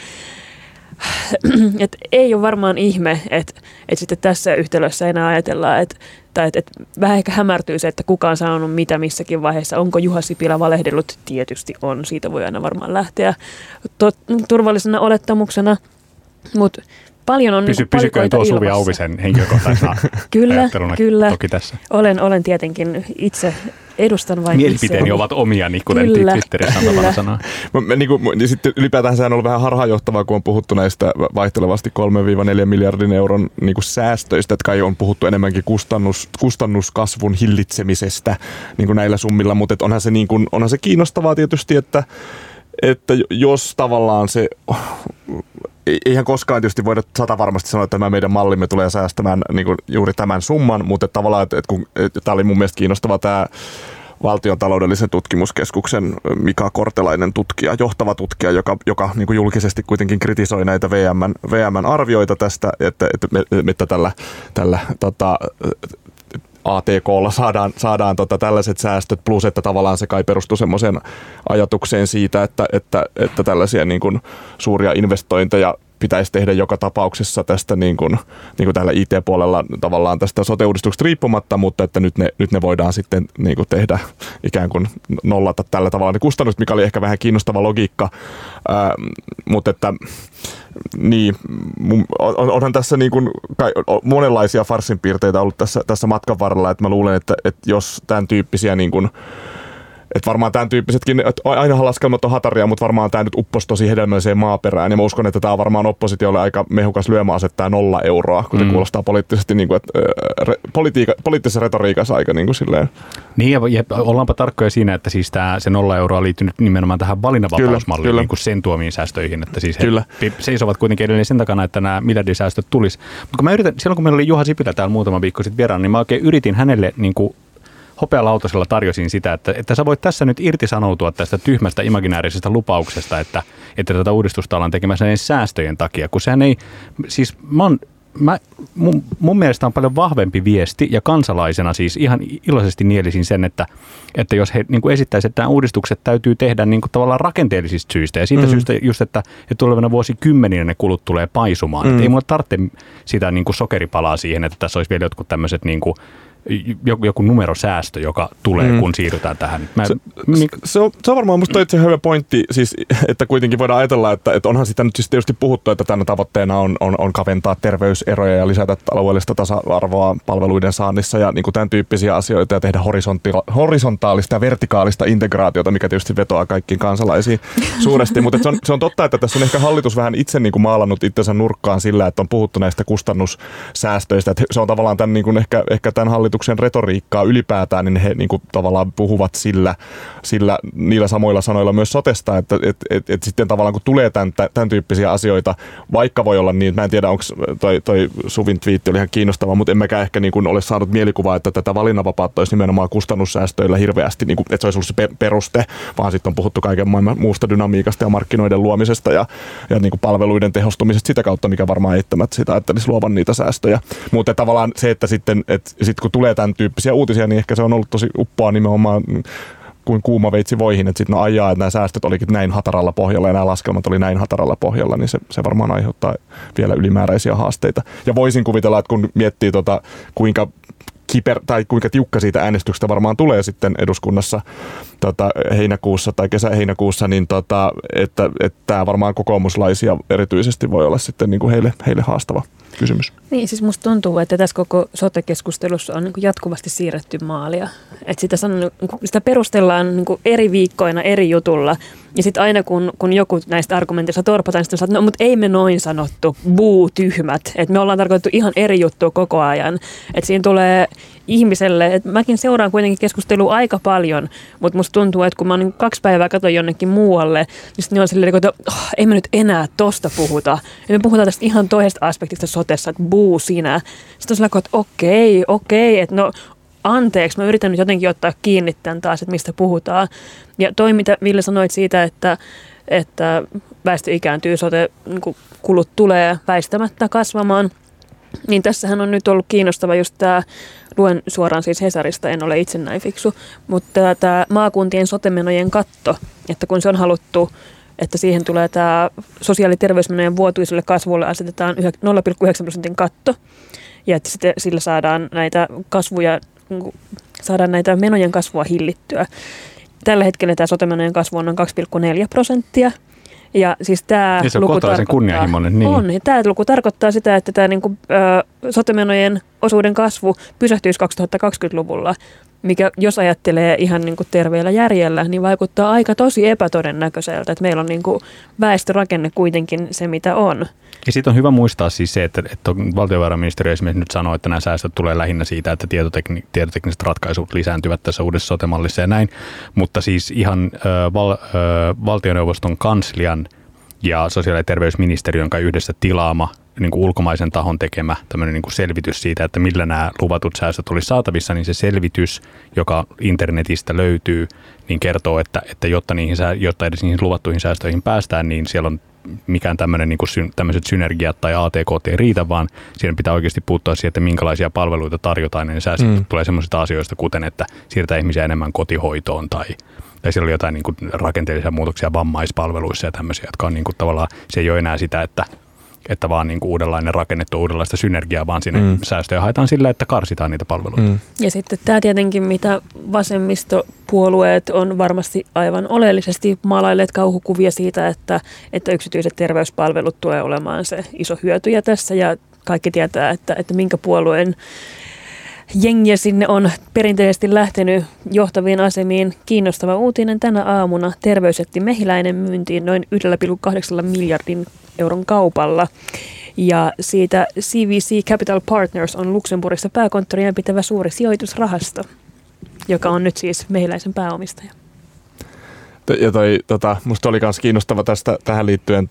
Et ei ole varmaan ihme, että sitten tässä yhtälössä enää ajatellaan, että vähän ehkä hämärtyy se, että kuka on sanonut mitä missäkin vaiheessa. Onko Juha Sipilä valehdellut? Tietysti on. Siitä voi aina varmaan lähteä turvallisena olettamuksena. Mutta paljon on Pysyköön tuo Suvi Auvisen henkilökohtaisena ajatteluna toki tässä. Olen tietenkin itse edustan vain mielipiteeni itseäni. Ovat omiani, kuten Twitterissä on tapana sanoa. Sitten ylipäätään se on ollut vähän harhaanjohtavaa, kun on puhuttu näistä vaihtelevasti 3-4 miljardin euron säästöistä, että kai on puhuttu enemmänkin kustannuskasvun hillitsemisestä näillä summilla, mutta onhan se kiinnostavaa tietysti, että jos tavallaan se, eihän koskaan tietysti voida 100% varmasti sanoa, että tämä meidän mallimme tulee säästämään juuri tämän summan, mutta tavallaan, että tämä oli mun mielestä kiinnostava tämä Valtion taloudellisen tutkimuskeskuksen Mika Kortelainen tutkija, johtava tutkija, joka julkisesti kuitenkin kritisoi näitä VM:n arvioita tästä, että tällä ATK:lla saadaan tällaiset säästöt, plus että tavallaan se kai perustui semmoiseen ajatukseen siitä, että tällaisia suuria investointeja pitäisi tehdä joka tapauksessa tästä niin kuin täällä IT-puolella tavallaan tästä sote-uudistuksesta riippumatta, mutta että nyt ne voidaan sitten niin kuin tehdä ikään kuin nollata tällä tavalla ne kustannukset, mikä oli ehkä vähän kiinnostava logiikka, mutta että niin, onhan tässä niin kuin monenlaisia farssinpiirteitä ollut tässä matkan varrella, että mä luulen, että jos tämän tyyppisiä niin kuin että varmaan tämän tyyppisetkin, että ainahan laskelmat on hataria, mutta varmaan tämä nyt upposi tosi hedelmälliseen maaperään. Ja mä uskon, että tämä on varmaan oppositiolle aika mehukas lyömä asettaa 0 euroa, kun se kuulostaa poliittisesti, niin kuin, että poliittisessa retoriikassa aika niin kuin silleen. Niin, ja ollaanpa tarkkoja siinä, että siis se 0 euroa on liittynyt nimenomaan tähän valinnanvapausmalliin, niin kuin sen tuomiin säästöihin. Että siis he seisovat kuitenkin edelleen sen takana, että nämä miljardisäästöt tulisi. Mutta kun mä yritän, silloin kun meillä oli Juha Sipilä täällä muutama viikko sitten vieraana, niin mä oikein yritin hänelle niin kuin hopealautasella tarjosin sitä, että sä voit tässä nyt irtisanoutua tästä tyhmästä imaginäärisestä lupauksesta, että tätä uudistusta ollaan tekemässä näiden säästöjen takia, kun sehän ei, siis mun mielestä on paljon vahvempi viesti ja kansalaisena siis ihan iloisesti nielisin sen, että jos he niin kuin esittäisivät, että nämä uudistukset täytyy tehdä niin kuin tavallaan rakenteellisista syistä ja siitä syystä just, että tulevina vuosikymmeninä ne kulut tulee paisumaan. Että ei mulle tarvitse sitä niin kuin sokeripalaa siihen, että tässä olisi vielä jotkut tämmöiset niin kuin joku numerosäästö, joka tulee, kun siirrytään tähän. Se on varmaan musta itse hyvä pointti, siis, että kuitenkin voidaan ajatella, että onhan sitä nyt siis tietysti puhuttu, että tämän tavoitteena on kaventaa terveyseroja ja lisätä alueellista tasa-arvoa palveluiden saannissa ja niin kuin tämän tyyppisiä asioita ja tehdä horisontaalista ja vertikaalista integraatiota, mikä tietysti vetoaa kaikkiin kansalaisiin suuresti. Mutta se on totta, että tässä on ehkä hallitus vähän itse niin kuin maalannut itsensä nurkkaan sillä, että on puhuttu näistä kustannussäästöistä. Että se on tavallaan tämän, niin kuin ehkä tämän hallituksen retoriikkaa ylipäätään, niin he niin kuin tavallaan puhuvat niillä samoilla sanoilla myös sotesta, että sitten tavallaan kun tulee tämän tyyppisiä asioita, vaikka voi olla niin, mä en tiedä, onko toi Suvin twiitti oli ihan kiinnostava, mutta emmekä ehkä niin kuin ole saanut mielikuvaa, että tätä valinnanvapautta olisi nimenomaan kustannussäästöillä hirveästi, niin kuin, että se olisi ollut se peruste, vaan sitten on puhuttu kaiken maailman muusta dynamiikasta ja markkinoiden luomisesta ja niin kuin palveluiden tehostumisesta sitä kautta, mikä varmaan eittämättä sitä ajattelisi luovan niitä säästöjä. Mutta tavallaan se, että sitten kun tulee tämän tyyppisiä uutisia, niin ehkä se on ollut tosi uppoa nimenomaan kuin kuuma veitsi voihin, että sitten ajaa, että nämä säästöt olikin näin hataralla pohjalla ja nämä laskelmat oli näin hataralla pohjalla, niin se varmaan aiheuttaa vielä ylimääräisiä haasteita. Ja voisin kuvitella, että kun miettii kuinka kuinka tiukka siitä äänestyksestä varmaan tulee sitten eduskunnassa heinäkuussa tai kesä-heinäkuussa, niin että tämä varmaan kokoomuslaisia erityisesti voi olla sitten niin kuin heille haastava kysymys. Niin, siis musta tuntuu, että tässä koko sote-keskustelussa on niin kuin jatkuvasti siirretty maalia. Että sitä perustellaan niin kuin eri viikkoina eri jutulla. Ja sitten aina kun joku näistä argumenteista torpataan, sitten sanotaan, no mutta ei me noin sanottu, buu tyhmät. Että me ollaan tarkoitettu ihan eri juttua koko ajan. Että siinä tulee ihmiselle, että mäkin seuraan kuitenkin keskustelua aika paljon, mutta musta tuntuu, että kun mä niin 2 päivää katson jonnekin muualle, niin sitten ne on silleen, että ei me nyt enää tosta puhuta. Ja me puhutaan tästä ihan toisesta aspektista sotessa, että buu sinä. Sitten on sellainen, että okei, että no anteeksi, mä yritän nyt jotenkin ottaa kiinni tämän taas, että mistä puhutaan. Ja toi, mitä Ville sanoit siitä, että väestö ikääntyy, sote-kulut tulee väistämättä kasvamaan, niin tässähän on nyt ollut kiinnostava just tämä, luen suoraan siis Hesarista, en ole itse näin fiksu, mutta tämä maakuntien sote-menojen katto, että kun se on haluttu, että siihen tulee tämä sosiaali- ja terveysmenojen vuotuiselle kasvulle asetetaan 0,9% katto, ja että sitten sillä saadaan näitä menojen kasvua hillittyä. Tällä hetkellä tämä sote-menojen kasvu on noin 2,4%. Ja siis tämä luku kunnianhimoinen, niin. On, ja tämä luku tarkoittaa sitä, että tämä sote-menojen osuuden kasvu pysähtyisi 2020-luvulla, mikä jos ajattelee ihan niin kuin terveellä järjellä, niin vaikuttaa aika tosi epätodennäköiseltä, että meillä on niin kuin väestörakenne kuitenkin se, mitä on. Ja sitten on hyvä muistaa siis se, että valtiovarainministeriö esimerkiksi nyt sanoo, että nämä säästöt tulee lähinnä siitä, että tietotekniset ratkaisut lisääntyvät tässä uudessa sote-mallissa ja näin, mutta siis ihan valtioneuvoston kanslian ja sosiaali- ja terveysministeriön kanssa yhdessä tilaama niin kuin ulkomaisen tahon tekemä tämmöinen niin kuin selvitys siitä, että millä nämä luvatut säästöt olisi saatavissa, niin se selvitys, joka internetistä löytyy, niin kertoo, että jotta edes niihin luvattuihin säästöihin päästään, niin siellä on mikään tämmöinen niin kuin tämmöiset synergiat tai ATKT ei riitä, vaan siinä pitää oikeasti puuttua siihen, että minkälaisia palveluita tarjotaan, niin säästöt tulee semmoisista asioista, kuten että siirretään ihmisiä enemmän kotihoitoon tai siellä oli jotain niin kuin rakenteellisia muutoksia vammaispalveluissa ja tämmöisiä, jotka on niin kuin tavallaan, se ei ole enää sitä, että että vaan niin kuin uudenlainen rakennettu, uudenlaista synergiaa, vaan sinne säästöjä haetaan sillä, että karsitaan niitä palveluita. Ja sitten tämä tietenkin, mitä vasemmistopuolueet on varmasti aivan oleellisesti maalailleet kauhukuvia siitä, että yksityiset terveyspalvelut tulee olemaan se iso hyötyjä tässä, ja kaikki tietää, että minkä puolueen jengiä sinne on perinteisesti lähtenyt johtaviin asemiin. Kiinnostava uutinen tänä aamuna. Terveysjätti Mehiläinen myyntiin noin 1,8 miljardin euron kaupalla. Ja siitä CVC Capital Partners on Luxemburgissa pääkonttorien pitävä suuri sijoitusrahasto, joka on nyt siis Mehiläisen pääomistaja. Ja musta oli myös kiinnostava tähän liittyen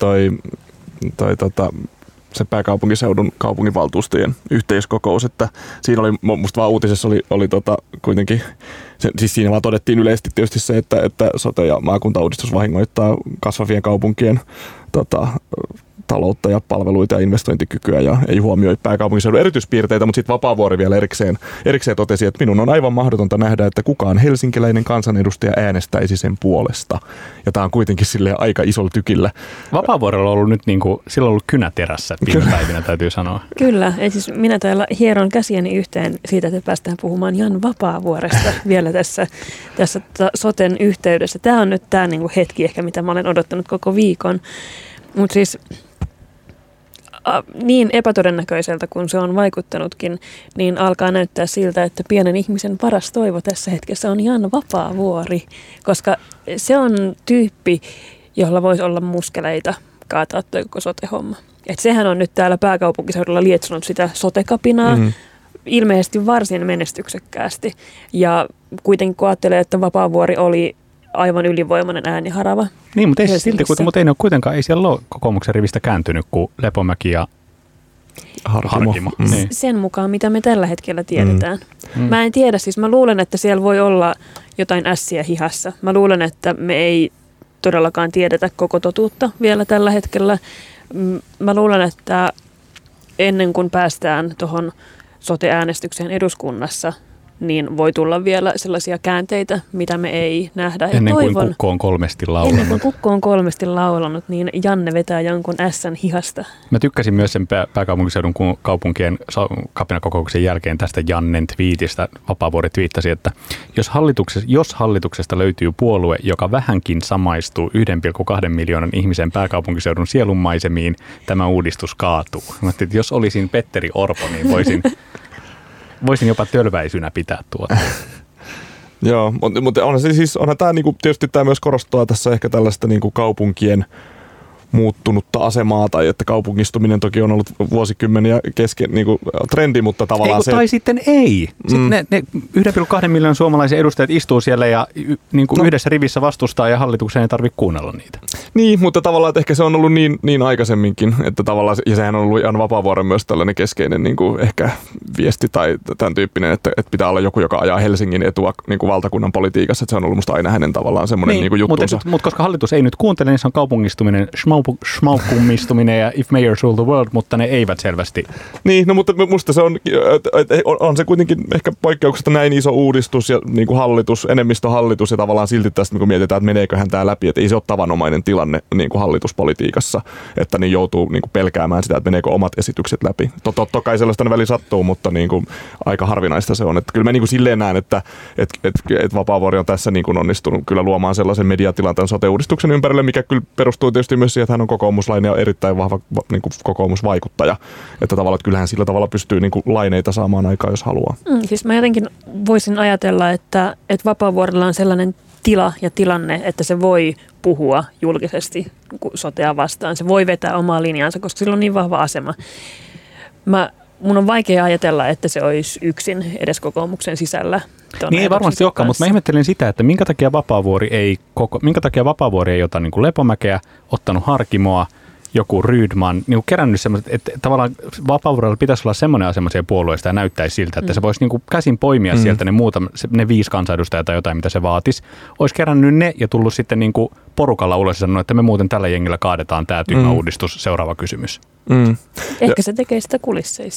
se pääkaupunkiseudun kaupunginvaltuustojen yhteiskokous, että siinä oli, musta vaan uutisessa oli kuitenkin, siis siinä vaan todettiin yleisesti tietysti se, että sote- ja maakuntauudistus vahingoittaa kasvavien kaupunkien taloutta ja palveluita ja investointikykyä ja ei huomioi pääkaupunkiseudun erityispiirteitä, mutta sitten Vapaavuori vielä erikseen totesi, että minun on aivan mahdotonta nähdä, että kukaan helsinkiläinen kansanedustaja äänestäisi sen puolesta. Ja tämä on kuitenkin silleen aika isolla tykillä. Vapaavuorella on ollut nyt sillä on ollut kynä terässä viime päivinä, täytyy sanoa. Kyllä, ja siis minä täällä hieron käsiäni yhteen siitä, että päästään puhumaan Jan Vapaavuoresta vielä tässä soten yhteydessä. Tämä on nyt tämä hetki ehkä, mitä mä olen odottanut koko viikon. Mutta siis niin epätodennäköiseltä kuin se on vaikuttanutkin, niin alkaa näyttää siltä, että pienen ihmisen paras toivo tässä hetkessä on Jan Vapaavuori, koska se on tyyppi, jolla voisi olla muskeleita kaataa toi koko sote-homma. Et sehän on nyt täällä pääkaupunkiseudulla lietsonut sitä sote-kapinaa ilmeisesti varsin menestyksekkäästi. Ja kuitenkin kun ajattelee, että Vapaavuori oli aivan ylivoimainen ääniharava. Niin, mutta ei silti, mutta ei ne ole kuitenkaan, ei siellä ole kokoomuksen rivistä kääntynyt kuin Lepomäki ja Harkimo. Niin. Sen mukaan, mitä me tällä hetkellä tiedetään. Mä en tiedä, siis mä luulen, että siellä voi olla jotain ässiä hihassa. Mä luulen, että me ei todellakaan tiedetä koko totuutta vielä tällä hetkellä. Mä luulen, että ennen kuin päästään tuohon sote-äänestykseen eduskunnassa, niin voi tulla vielä sellaisia käänteitä, mitä me ei nähdä. Ennen kuin kukko on kolmesti laulanut. Ennen kuin kukko on kolmesti laulanut, niin Janne vetää jonkun ässän hihasta. Mä tykkäsin myös sen pääkaupunkiseudun kaupunkien kapinakokouksen jälkeen tästä Jannen twiitistä. Vapaavuori twiittasi, että jos hallituksesta löytyy puolue, joka vähänkin samaistuu 1,2 miljoonan ihmisen pääkaupunkiseudun sielunmaisemiin, tämä uudistus kaatuu. Mä että jos olisin Petteri Orpo, niin voisin jopa tölväisynä pitää tuota. Joo, mutta onhan tämä tietysti tämä myös korostaa tässä ehkä tällaista kaupunkien muuttunutta asemaa, tai että kaupungistuminen toki on ollut vuosikymmeniä kesken trendi, mutta tavallaan tai sitten ei. Sitten ne 1,2 miljoonan suomalaisen edustajat istuu siellä ja yhdessä rivissä vastustaa ja hallituksen ei tarvitse kuunnella niitä. Niin, mutta tavallaan, että ehkä se on ollut niin aikaisemminkin, että tavallaan, ja sehän on ollut Jan Vapaavuoren myös tällainen keskeinen ehkä viesti tai tämän tyyppinen, että pitää olla joku, joka ajaa Helsingin etua valtakunnan politiikassa, että se on ollut musta aina hänen tavallaan semmoinen juttunsa. Mutta koska hallitus ei nyt kuuntele, niin se on kaupungistuminen, schmaukkummistuminen ja if mayors rule the world, mutta ne eivät selvästi. Niin, no mutta musta se on se kuitenkin ehkä poikkeuksesta näin iso uudistus ja hallitus, enemmistöhallitus ja tavallaan silti tästä mietitään, että meneeköhän tämä läpi, että ei se ole tavanomainen tilanne hallituspolitiikassa, että niin joutuu pelkäämään sitä, että meneekö omat esitykset läpi. Totta kai sellaista väli sattuu, mutta aika harvinaista se on. Että kyllä mä silleen näen, että Vapaavuori on tässä onnistunut kyllä luomaan sellaisen mediatilanteen sote-uudistuksen ympärille, mikä kyllä perustuu tietysti myös siihen, että hän on kokoomuslainen ja erittäin vahva kokoomusvaikuttaja. Että tavallaan, että kyllähän sillä tavalla pystyy laineita saamaan aikaa, jos haluaa. Siis mä jotenkin voisin ajatella, että Vapaavuorella on sellainen tila ja tilanne, että se voi puhua julkisesti sotea vastaan. Se voi vetää omaa linjaansa, koska sillä on niin vahva asema. Mun on vaikea ajatella, että se olisi yksin edes kokoomuksen sisällä. Niin ei varmasti olekaan, mutta mä ihmettelin sitä, että minkä takia Vapaavuori ei ota Lepomäkeä, ottanut Harkimoa, joku Rydman, kerännyt semmoiset, että tavallaan Vapaavuorella pitäisi olla semmoinen asema siellä puolueesta ja näyttäisi siltä, että se voisi käsin poimia sieltä ne 5 kansanedustajaa tai jotain, mitä se vaatisi. Olisi kerännyt ne ja tullut sitten porukalla ulos ja sanonut, että me muuten tällä jengillä kaadetaan tämä tyhmä uudistus, seuraava kysymys. Ehkä se tekee sitä kulisseissa.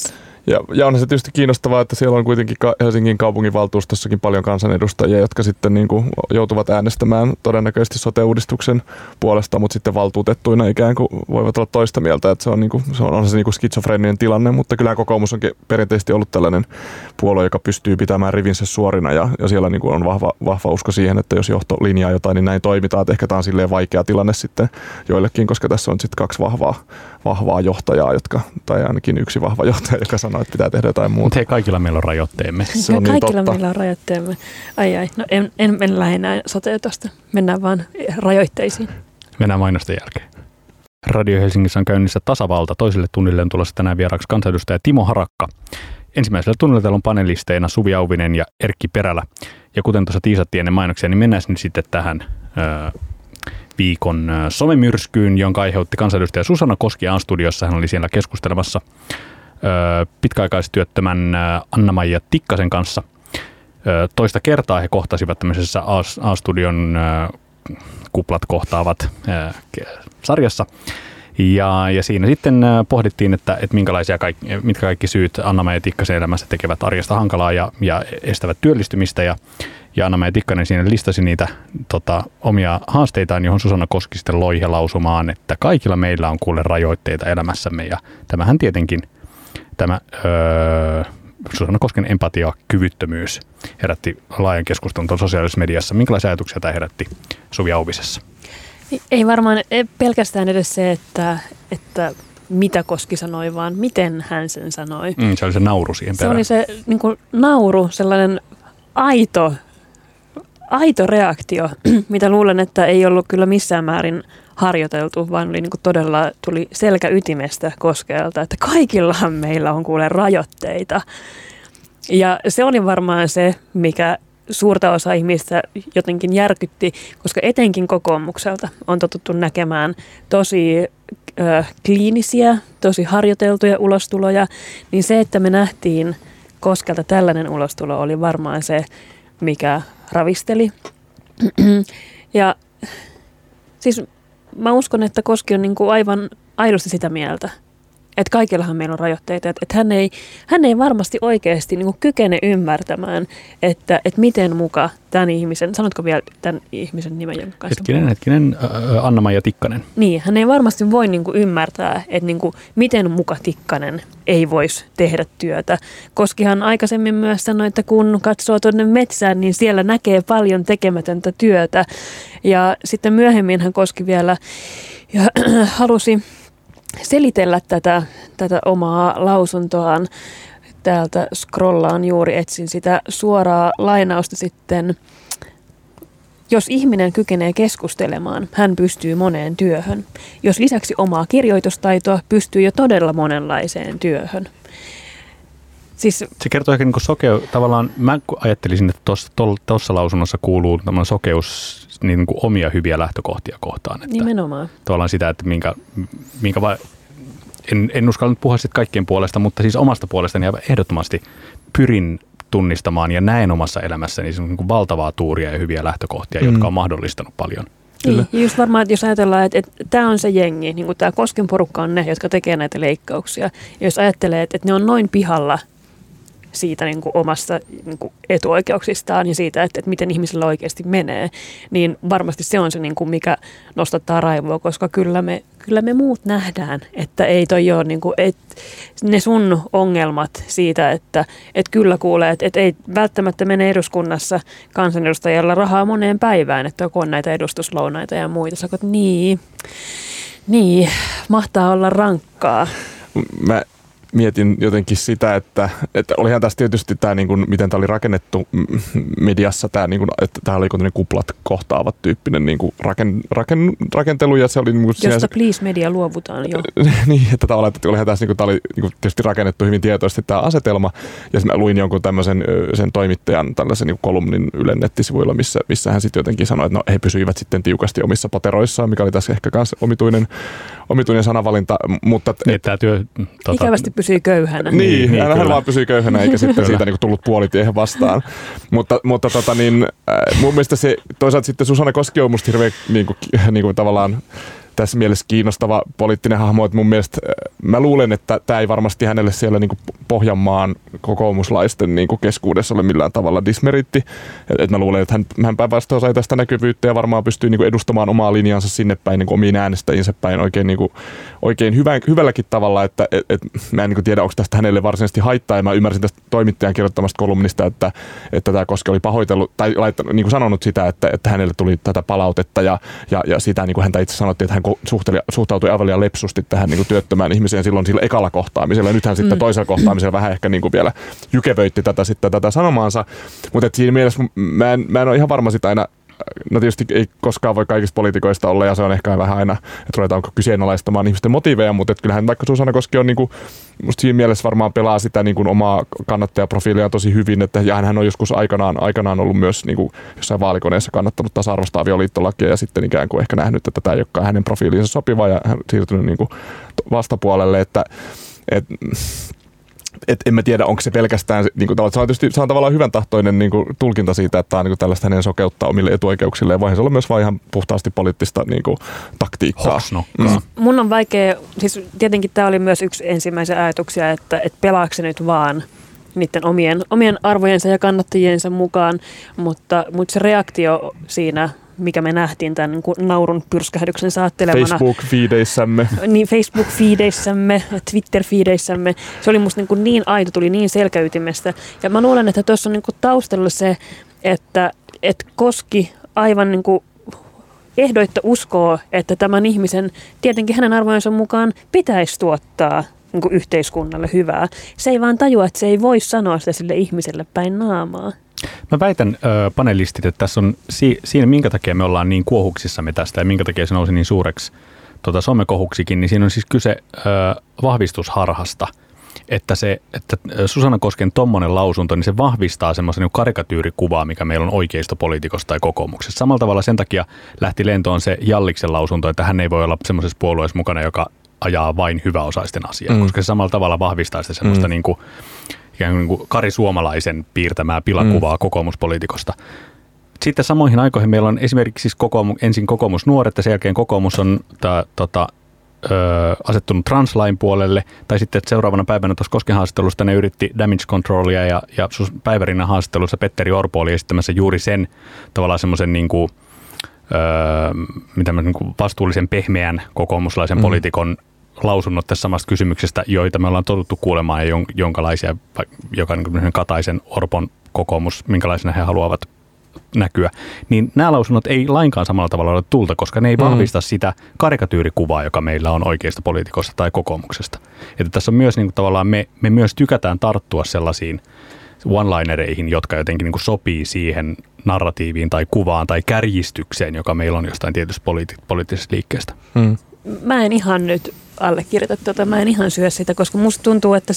Ja onhan se tietysti kiinnostavaa, että siellä on kuitenkin Helsingin kaupunginvaltuustossakin paljon kansanedustajia, jotka sitten niin kuin joutuvat äänestämään todennäköisesti sote-uudistuksen puolesta, mutta sitten valtuutettuina ikään kuin voivat olla toista mieltä, että onhan se niin kuin skitsofreeninen tilanne, mutta kyllä kokoomus on perinteisesti ollut tällainen puolue, joka pystyy pitämään rivinsä suorina ja siellä niin kuin on vahva usko siihen, että jos johto linjaa jotain, niin näin toimitaan, että ehkä tämä on silleen vaikea tilanne sitten joillekin, koska tässä on sitten kaksi vahvaa johtajaa, tai ainakin yksi vahva johtaja, joka sanoo, että pitää tehdä jotain muuta. Mutta hei, kaikilla meillä on rajoitteemme. Se on kaikilla niin meillä on rajoitteemme. Ai, no en lähde näin sotea tuosta. Mennään vaan rajoitteisiin. Mennään mainosten jälkeen. Radio Helsingissä on käynnissä Tasavalta. Toiselle tunnille on tulossa tänään vieraaksi kansanedustaja Timo Harakka. Ensimmäisellä tunnilla täällä on panelisteina Suvi Auvinen ja Erkki Perälä. Ja kuten tuossa tiisattiin ennen mainoksia, niin mennään nyt sitten tähän viikon somemyrskyyn, jonka aiheutti kansanedustaja Susanna Koski A-studiossa. Hän oli siellä keskustelemassa pitkäaikaistyöttömän Anna-Maija Tikkasen kanssa. Toista kertaa he kohtasivat tämmöisessä A-studion kuplat kohtaavat sarjassa. Ja siinä sitten pohdittiin, että mitkä kaikki syyt Anna-Maija Tikkasen elämässä tekevät arjesta hankalaa ja estävät työllistymistä. Ja Anna-Maija Tikkanen siinä listasi niitä omia haasteitaan, johon Susanna Koski sitten loihe lausumaan, että kaikilla meillä on kuule rajoitteita elämässämme. Ja tämähän tietenkin, tämä Susanna Kosken empatiakyvyttömyys herätti laajan keskustelun sosiaalisessa mediassa. Minkälaisia ajatuksia tämä herätti Suvi Auvisessa? Ei varmaan pelkästään edes se, että mitä Koski sanoi, vaan miten hän sen sanoi. Se oli se nauru siihen perään. Se oli se niin kuin nauru, sellainen aito reaktio, mitä luulen, että ei ollut kyllä missään määrin harjoiteltu, vaan oli niin kuin todella tuli selkä ytimestä Koskelta, että kaikillahan meillä on kuule rajoitteita. Ja se oli varmaan se, mikä suurta osa ihmistä jotenkin järkytti, koska etenkin kokoomukselta on totuttu näkemään tosi kliinisiä, tosi harjoiteltuja ulostuloja, niin se, että me nähtiin Koskelta tällainen ulostulo oli varmaan se, mikä ravisteli. Ja siis mä uskon, että Koski on niin kuin aivan aidosti sitä mieltä, että kaikillahan meillä on rajoitteita, että hän ei varmasti oikeasti niin kuin kykene ymmärtämään, että miten muka tämän ihmisen, sanotko vielä tämän ihmisen nimen, jonka kanssa? Hetkinen, Anna-Maija Tikkanen. Niin, hän ei varmasti voi niin kuin ymmärtää, että niin kuin, miten muka Tikkanen ei voisi tehdä työtä. Koskihan aikaisemmin myös sanoi, että kun katsoo tuonne metsään, niin siellä näkee paljon tekemätöntä työtä. Ja sitten myöhemmin hän Koski vielä ja halusi selitellä tätä omaa lausuntoaan. Täältä scrollaan juuri, etsin sitä suoraa lainausta sitten. Jos ihminen kykenee keskustelemaan, hän pystyy moneen työhön. Jos lisäksi omaa kirjoitustaitoa, pystyy jo todella monenlaiseen työhön. Siis, se kertoo ehkä niin tavallaan, mä ajattelisin, että tuossa lausunnossa kuuluu tämmöinen sokeus niin kuin omia hyviä lähtökohtia kohtaan. Että nimenomaan. Tavallaan sitä, että en uskalla nyt puhua sitten kaikkien puolesta, mutta siis omasta puolestani ehdottomasti pyrin tunnistamaan ja näen omassa elämässäni niin kuin valtavaa tuuria ja hyviä lähtökohtia, jotka on mahdollistanut paljon. Niin, jos varmaan, että jos ajatellaan, että tämä on se jengi, niin kuin tämä Kosken porukka on ne, jotka tekee näitä leikkauksia. Ja jos ajattelee, että ne on noin pihalla siitä niin kuin omasta niin kuin etuoikeuksistaan ja siitä, että miten ihmisillä oikeasti menee, niin varmasti se on se, niin kuin mikä nostattaa raivoa, koska kyllä me muut nähdään, että ei toi ole niin kuin, että ne sun ongelmat siitä, että kyllä kuulee, että ei välttämättä mene eduskunnassa kansanedustajalla rahaa moneen päivään, että on näitä edustuslounaita ja muita. Sä oot, niin, mahtaa olla rankkaa. Mä mietin jotenkin sitä, että olihan tässä tietysti tämä, niin kuin, miten tämä oli rakennettu mediassa, tämä, niin kuin, että tämä oli kuplat kohtaavat tyyppinen niin kuin rakentelu. Ja se oli, niin kuin, josta Please Media luovutaan jo. Niin, että tavallaan, että olihan tässä, niin kuin, tämä oli niin kuin, tietysti rakennettu hyvin tietoisesti tämä asetelma. Ja mä luin jonkun tämmöisen sen toimittajan tällaisen niin kuin kolumnin Ylen nettisivuilla, missä hän sitten jotenkin sanoi, että no, he pysyivät sitten tiukasti omissa pateroissaan, mikä oli tässä ehkä myös omituinen sanavalinta. Mutta tämä työ ikävästi pysyy köyhänä. Niin hän vaan pysyy köyhänä, eikä sitten siitä niin tullut puolitiehen vastaan. Mutta mun mielestä se, toisaalta sitten Susanna Koski on musta hirveän niin kuin tavallaan tässä mielessä kiinnostava poliittinen hahmo, että mun mielestä mä luulen, että tämä ei varmasti hänelle siellä niin kuin Pohjanmaan kokoomuslaisten niin kuin keskuudessa ole millään tavalla dismeritti. Et mä luulen, että hän päinvastoin sai tästä näkyvyyttä ja varmaan pystyy niin kuin edustamaan omaa linjansa sinne päin, niin kuin omiin äänestäjinsä päin oikein hyvälläkin tavalla, että mä en niin kuin tiedä, onko tästä hänelle varsinaisesti haittaa, ja mä ymmärsin tästä toimittajan kirjoittamasta kolumnista, että tämä Koski oli pahoitellut tai niin kuin sanonut sitä, että hänelle tuli tätä palautetta ja sitä niin kuin häntä itse sanottiin, että hän suhtautui aivan liian lepsusti tähän niin kuin työttömään ihmiseen silloin sillä ekalla kohtaamisella, ja nythän sitten toisella kohtaamisella vähän ehkä niin kuin vielä jykevöitti tätä sanomaansa, mutta siinä mielessä mä en ole ihan varma sitä aina. No tietysti ei koskaan voi kaikista poliitikoista olla, ja se on ehkä vähän aina, että ruvetaanko kyseenalaistamaan ihmisten motiiveja, mutta kyllähän vaikka Susanna Koski on niinku, musta siinä mielessä varmaan pelaa sitä niinku omaa kannattajaprofiilia tosi hyvin, että ja hän on joskus aikanaan ollut myös niinku jossain vaalikoneessa kannattanut tasa-arvoista avioliittolakia ja sitten ikään kuin ehkä nähnyt, että tämä ei olekaan hänen profiiliinsa sopiva ja hän siirtynyt niinku vastapuolelle, että en mä tiedä, onko se pelkästään, niin kuin, se on tavallaan hyvän tahtoinen niin kuin, tulkinta siitä, että tämä on niin kuin, tällaista hänen sokeuttaa omille etuoikeuksille, ja voihan se olla myös vaan ihan puhtaasti poliittista niin kuin, taktiikkaa. Mun on vaikea, siis tietenkin tämä oli myös yksi ensimmäisiä ajatuksia, että pelaako se nyt vaan niiden omien arvojensa ja kannattajiensa mukaan, mutta se reaktio siinä, mikä me nähtiin tämän niin kuin naurun pyrskähdyksen saattelemana. Facebook-fiideissämme. Niin, Facebook-fiideissämme, Twitter-fiideissämme. Se oli musta niin aito, tuli niin selkäytimestä. Ja mä luulen, että tuossa on niin kuin taustalla se, että Koski aivan niin kuin ehdoitta uskoo, että tämän ihmisen, tietenkin hänen arvojensa mukaan, pitäisi tuottaa niin kuin yhteiskunnalle hyvää. Se ei vaan tajua, että se ei voi sanoa sitä sille ihmiselle päin naamaa. Mä väitän panelistit, että tässä on siinä, minkä takia me ollaan niin kuohuksissamme tästä ja minkä takia se nousi niin suureksi somekohuksikin, niin siinä on siis kyse vahvistusharhasta. Että Susanna Kosken tommonen lausunto, niin se vahvistaa semmoisen niin karikatyyrikuvaa, mikä meillä on oikeistopoliitikosta tai kokoomuksesta. Samalla tavalla sen takia lähti lentoon se Jalliksen lausunto, että hän ei voi olla semmoisessa puolueessa mukana, joka ajaa vain hyväosaisten asiaa, koska se samalla tavalla vahvistaa sitä semmoista niin kuin ikään kuin Kari Suomalaisen piirtämää pilakuvaa kokoomuspoliitikosta. Sitten samoihin aikoihin meillä on esimerkiksi siis ensin kokoomusnuoret ja sen jälkeen kokoomus on asettunut translain puolelle, tai sitten että seuraavana päivänä tuossa Kosken haastattelusta ne yritti damage controlia ja Päivärinnan haastattelussa Petteri Orpo oli esittämässä juuri sen tavallaan semmoisen niin kuin, vastuullisen pehmeän kokoomuslaisen poliitikon lausunnot tässä samasta kysymyksestä, joita me ollaan totuttu kuulemaan ja jonkalaisia, joka niin Kataisen, Orpon kokoomus, minkälaisena he haluavat näkyä, niin nämä lausunnot ei lainkaan samalla tavalla ole tulta, koska ne ei vahvista sitä karikatyyrikuvaa, joka meillä on oikeista poliitikosta tai kokoomuksesta. Että tässä on myös niin kuin, tavallaan me myös tykätään tarttua sellaisiin one-linereihin, jotka jotenkin niin kuin sopii siihen narratiiviin tai kuvaan tai kärjistykseen, joka meillä on jostain tietystä poliittisesta liikkeestä. Mä en ihan nyt allekirjoita mä en ihan syö sitä, koska musta tuntuu, että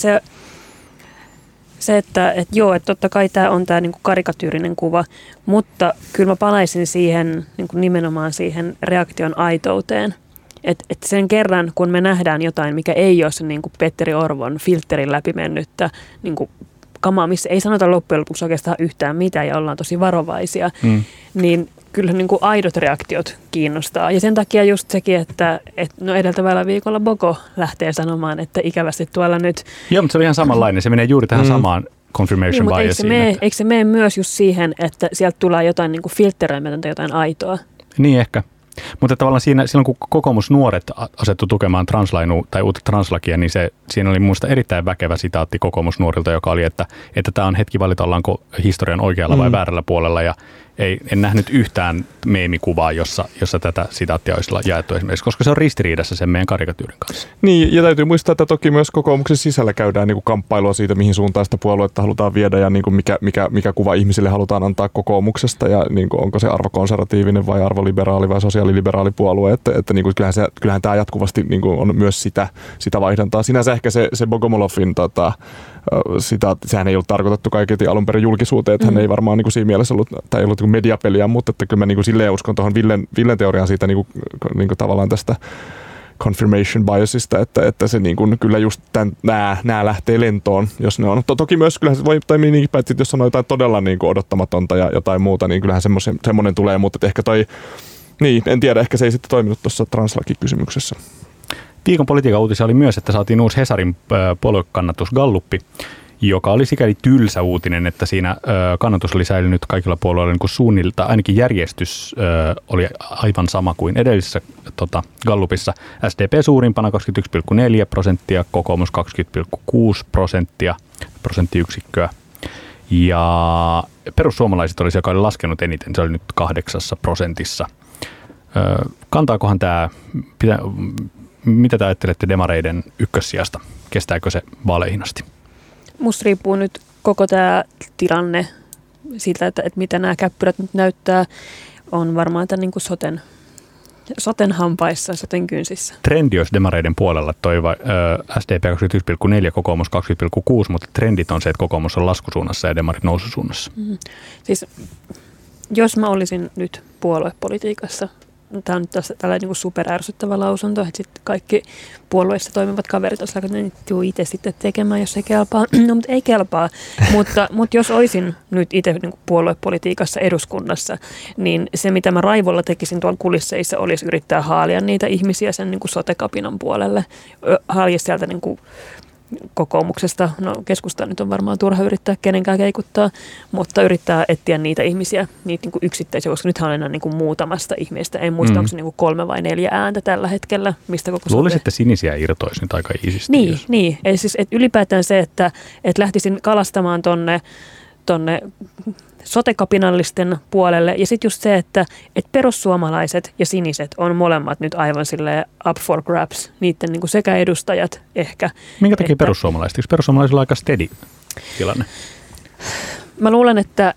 että totta kai tämä on tämä niinku karikatyyrinen kuva, mutta kyllä mä palaisin siihen niinku nimenomaan siihen reaktion aitouteen. Et sen kerran, kun me nähdään jotain, mikä ei ole se niinku Petteri Orvon filterin läpi mennyttä niinku kamaa, missä ei sanota loppujen lopuksi oikeastaan yhtään mitään ja ollaan tosi varovaisia, niin kyllä niin kuin aidot reaktiot kiinnostaa. Ja sen takia just sekin, että edeltävällä viikolla Boko lähtee sanomaan, että ikävästi tuolla nyt... Joo, mutta se on ihan samanlainen. Se menee juuri tähän samaan confirmation niin, biasiin. Eikö se mene myös just siihen, että sieltä tulee jotain niin kuin filtteröimätöntä, jotain aitoa? Niin ehkä. Mutta tavallaan silloin, kun kokoomusnuoret asettu tukemaan tai uutta translakia, niin siinä oli minusta erittäin väkevä sitaatti kokoomusnuorilta, joka oli, että tämä on hetki valita, ollaanko historian oikealla vai väärällä puolella, ja en nähnyt yhtään meemikuvaa, jossa tätä sitaattia olisi jaettu esimerkiksi, koska se on ristiriidassa sen meidän karikatyyrin kanssa. Niin, ja täytyy muistaa, että toki myös kokoomuksen sisällä käydään niin kuin kamppailua siitä, mihin suuntaan sitä puoluetta halutaan viedä ja niin kuin mikä kuva ihmisille halutaan antaa kokoomuksesta ja niin kuin onko se arvokonservatiivinen vai arvoliberaali vai sosiaaliliberaali puolue, että niin kuin kyllähän tämä jatkuvasti niin kuin on myös sitä vaihdantaa. Sinänsä ehkä se Bogomolovin sehän ei ollut tarkoitettu kaiketi alun perin julkisuuteen, että hän ei varmaan niin kuin siinä mielessä ollut, tai ei ollut niin mediapeliä, mutta että kyllä mä niin kuin silleen uskon tuohon Villen teoriaan siitä niin kuin tavallaan tästä confirmation biasista, että se niin kuin, kyllä just nämä lähtee lentoon, jos ne on. Toki myös kyllähän se voi toimia niinkin päin, että jos sanoo jotain todella niin kuin odottamatonta ja jotain muuta, niin kyllähän semmoinen tulee, mutta ehkä toi Niin, en tiedä, ehkä se ei sitten toiminut tuossa translaki-kysymyksessä. Viikon politiikan uutisia oli myös, että saatiin uusi Hesarin puoluekannatus Galluppi, joka oli sikäli tylsä uutinen, että siinä kannatus oli säilynyt kaikilla puolueilla niin kuin suunnilta. Ainakin järjestys oli aivan sama kuin edellisessä Gallupissa. SDP suurimpana 21,4%, kokoomus 20,6% prosenttiyksikköä. Ja perussuomalaiset oli se, joka oli laskenut eniten, se oli nyt 8%. Kantaakohan tämä, mitä te ajattelette demareiden ykkössijasta? Kestääkö se vaaleihin asti? Musta riippuu nyt koko tämä tilanne siitä, että mitä nämä käppyrät nyt näyttää, on varmaan tämän niin kuin soten hampaissa, soten kynsissä. Trendi olisi demareiden puolella, SDP 21,4, kokoomus 20,6, mutta trendit on se, että kokoomus on laskusuunnassa ja demarit noususuunnassa. Siis jos mä olisin nyt puoluepolitiikassa, tämä on nyt tällainen niin kuin superärsyttävä lausunto, että sitten kaikki puolueissa toimivat kaverit olisivat että itse sitten tekemään, jos ei kelpaa. No, mutta ei kelpaa. mutta jos olisin nyt itse niin kuin puoluepolitiikassa eduskunnassa, niin se, mitä mä raivolla tekisin tuolla kulisseissa, olisi yrittää haalia niitä ihmisiä sen niin kuin sote-kapinan puolelle. Haalia sieltä niin kuin kokoomuksesta, no keskusta nyt on varmaan turha yrittää kenenkään keikuttaa, mutta yrittää etsiä niitä ihmisiä, niitä niin kuin yksittäisiä, koska nythän on enää niin kuin muutamasta ihmistä. En muista, onko se niin kuin 3 vai 4 ääntä tällä hetkellä. Mistä koko luulisin, että sinisiä irtoisi nyt aika iisisti. Niin. Eli siis, että ylipäätään se, että lähtisin kalastamaan tonne sotekapinallisten puolelle. Ja sitten just se, että perussuomalaiset ja siniset on molemmat nyt aivan silleen up for grabs. Niiden niin kuin sekä edustajat ehkä. Minkä takia perussuomalaiset? Eikö perussuomalaisilla aika steady tilanne? Mä luulen, että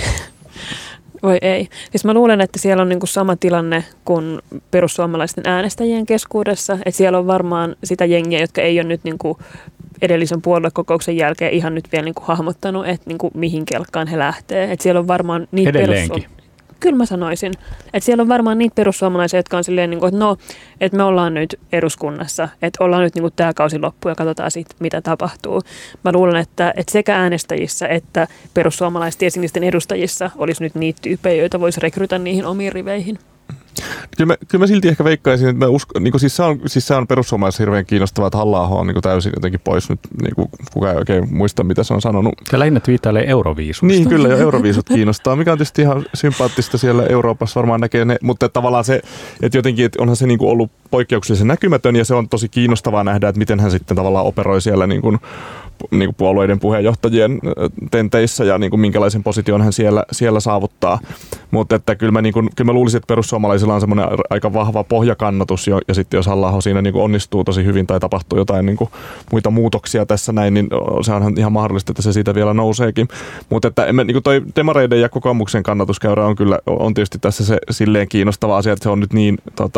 voi ei. Siis mä luulen, että siellä on niin kuin sama tilanne kuin perussuomalaisten äänestäjien keskuudessa. Että siellä on varmaan sitä jengiä, jotka ei ole nyt niin kuin edellisen puoluekokouksen jälkeen ihan nyt vielä niin kuin hahmottanut, että niin kuin mihin kelkkaan he lähtee. Että siellä on varmaan niitä edelleenkin. Kyllä mä sanoisin. Että siellä on varmaan niitä perussuomalaisia, jotka on silleen, niin kuin, että no, että me ollaan nyt eduskunnassa, että ollaan nyt niin kuin tämä kausi loppu ja katsotaan sitten, mitä tapahtuu. Mä luulen, että sekä äänestäjissä että perussuomalaisten ja sinisten edustajissa olisi nyt niitä tyyppejä, joita voisi rekrytä niihin omiin riveihin. Kyllä mä silti ehkä veikkaisin, että niin se on perussuomalaisissa hirveän kiinnostavaa, että Halla-aho on niin täysin jotenkin pois nyt, niin kukaan ei oikein muista, mitä se on sanonut. Se lähinnä twiittailee euroviisusta. Niin, kyllä, ja euroviisut kiinnostaa, mikä on tietysti ihan sympaattista siellä Euroopassa, varmaan näkee ne, mutta tavallaan se, että jotenkin että onhan se niin kuin ollut poikkeuksellisen näkymätön, ja se on tosi kiinnostavaa nähdä, että miten hän sitten tavallaan operoi siellä niin kuin puolueiden puheenjohtajien tenteissä ja niin kuin minkälaisen position hän siellä saavuttaa. Mutta että kyllä mä luulisin, että perussuomalaisilla on semmoinen aika vahva pohjakannatus ja sitten jos Halla-aho siinä niin kuin onnistuu tosi hyvin tai tapahtuu jotain niin kuin muita muutoksia tässä näin, niin se on ihan mahdollista, että se siitä vielä nouseekin. Mutta että niin kuin toi demareiden ja kokoomuksen kannatuskäyrä on tietysti tässä se silleen kiinnostava asia, että se on nyt niin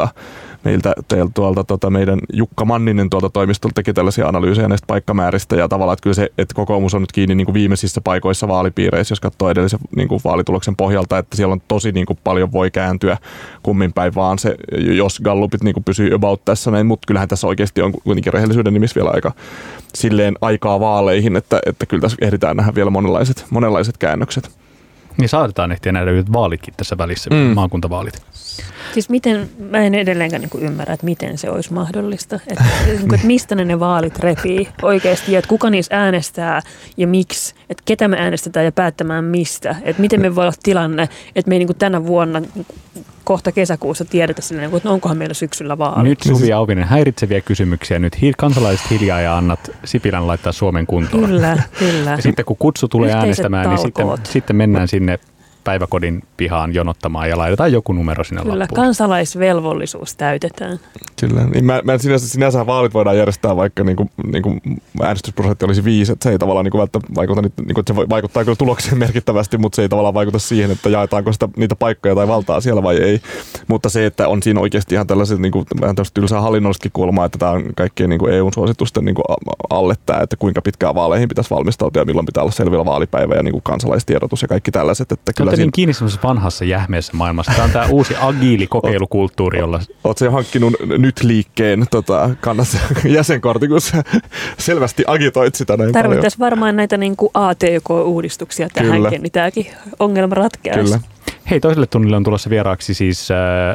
tuolta meidän Jukka Manninen tuolta toimistolta teki tällaisia analyysejä näistä paikkamääristä ja tavallaan, että kyllä se, että kokoomus on nyt kiinni niin kuin viimeisissä paikoissa vaalipiireissä, jos katsoo edellisen niin kuin vaalituloksen pohjalta, että siellä on tosi niin kuin paljon voi kääntyä kummin päin vaan se, jos gallupit niin kuin pysyy about tässä näin, mutta kyllähän tässä oikeasti on kuitenkin rehellisyyden nimissä vielä aika silleen aikaa vaaleihin, että kyllä tässä ehditään nähdä vielä monenlaiset käännökset. Niin saatetaan ehtiä nähdä vaalitkin tässä välissä, maakuntavaalit. Siis mä en edelleenkään niin kuin ymmärrä, että miten se olisi mahdollista. Että mistä ne vaalit repii oikeasti, että kuka niissä äänestää ja miksi, että ketä me äänestetään ja päättämään mistä. Että miten me voi olla tilanne, että me ei niin kuin tänä vuonna kohta kesäkuussa tiedetä silleen, että onkohan meillä syksyllä vaalit. Nyt Suvi Auvinen, häiritseviä kysymyksiä. Nyt kansalaiset hiljaa ja annat Sipilän laittaa Suomen kuntoon. Kyllä. Ja sitten kun kutsu tulee äänestämään, niin sitten mennään sinne päiväkodin pihaan jonottamaan ja laitetaan joku numero sinne lappuun. Kyllä, kansalaisvelvollisuus täytetään. Kyllä, niin mä sinänsä vaalit voidaan järjestää, vaikka niin kuin äänestysprosentti olisi 5, että se ei tavallaan niin välttämättä vaikuta, niin kuin, että se vaikuttaa kyllä tulokseen merkittävästi, mutta se ei tavallaan vaikuta siihen, että jaetaanko niitä paikkoja tai valtaa siellä vai ei. Mutta se, että on siinä oikeasti ihan tällaiset niin kuin, vähän tällaista tylsää hallinnollistakin kulmaa, että tämä on kaikkien niin kuin EU-suositusten niin kuin alle tämä, että kuinka pitkään vaaleihin pitäisi valmistautua ja milloin pitää olla selvillä vaalipäivä ja niin kuin kansalaistiedotus ja kaikki tällaiset. Että kyllä niin kiinni semmoisessa vanhassa jähmeessä maailmassa. Tämä on tämä uusi agiili kokeilukulttuuri, jolla... Oletko jo hankkinut nyt liikkeen kannassa jäsenkortin, kun selvästi agitoit sitä näin paljon? Tarvittaisiin varmaan näitä niin kuin ATK-uudistuksia tähänkin, niin tämäkin ongelma ratkeaisi. Kyllä. Hei, toiselle tunnille on tulossa vieraaksi siis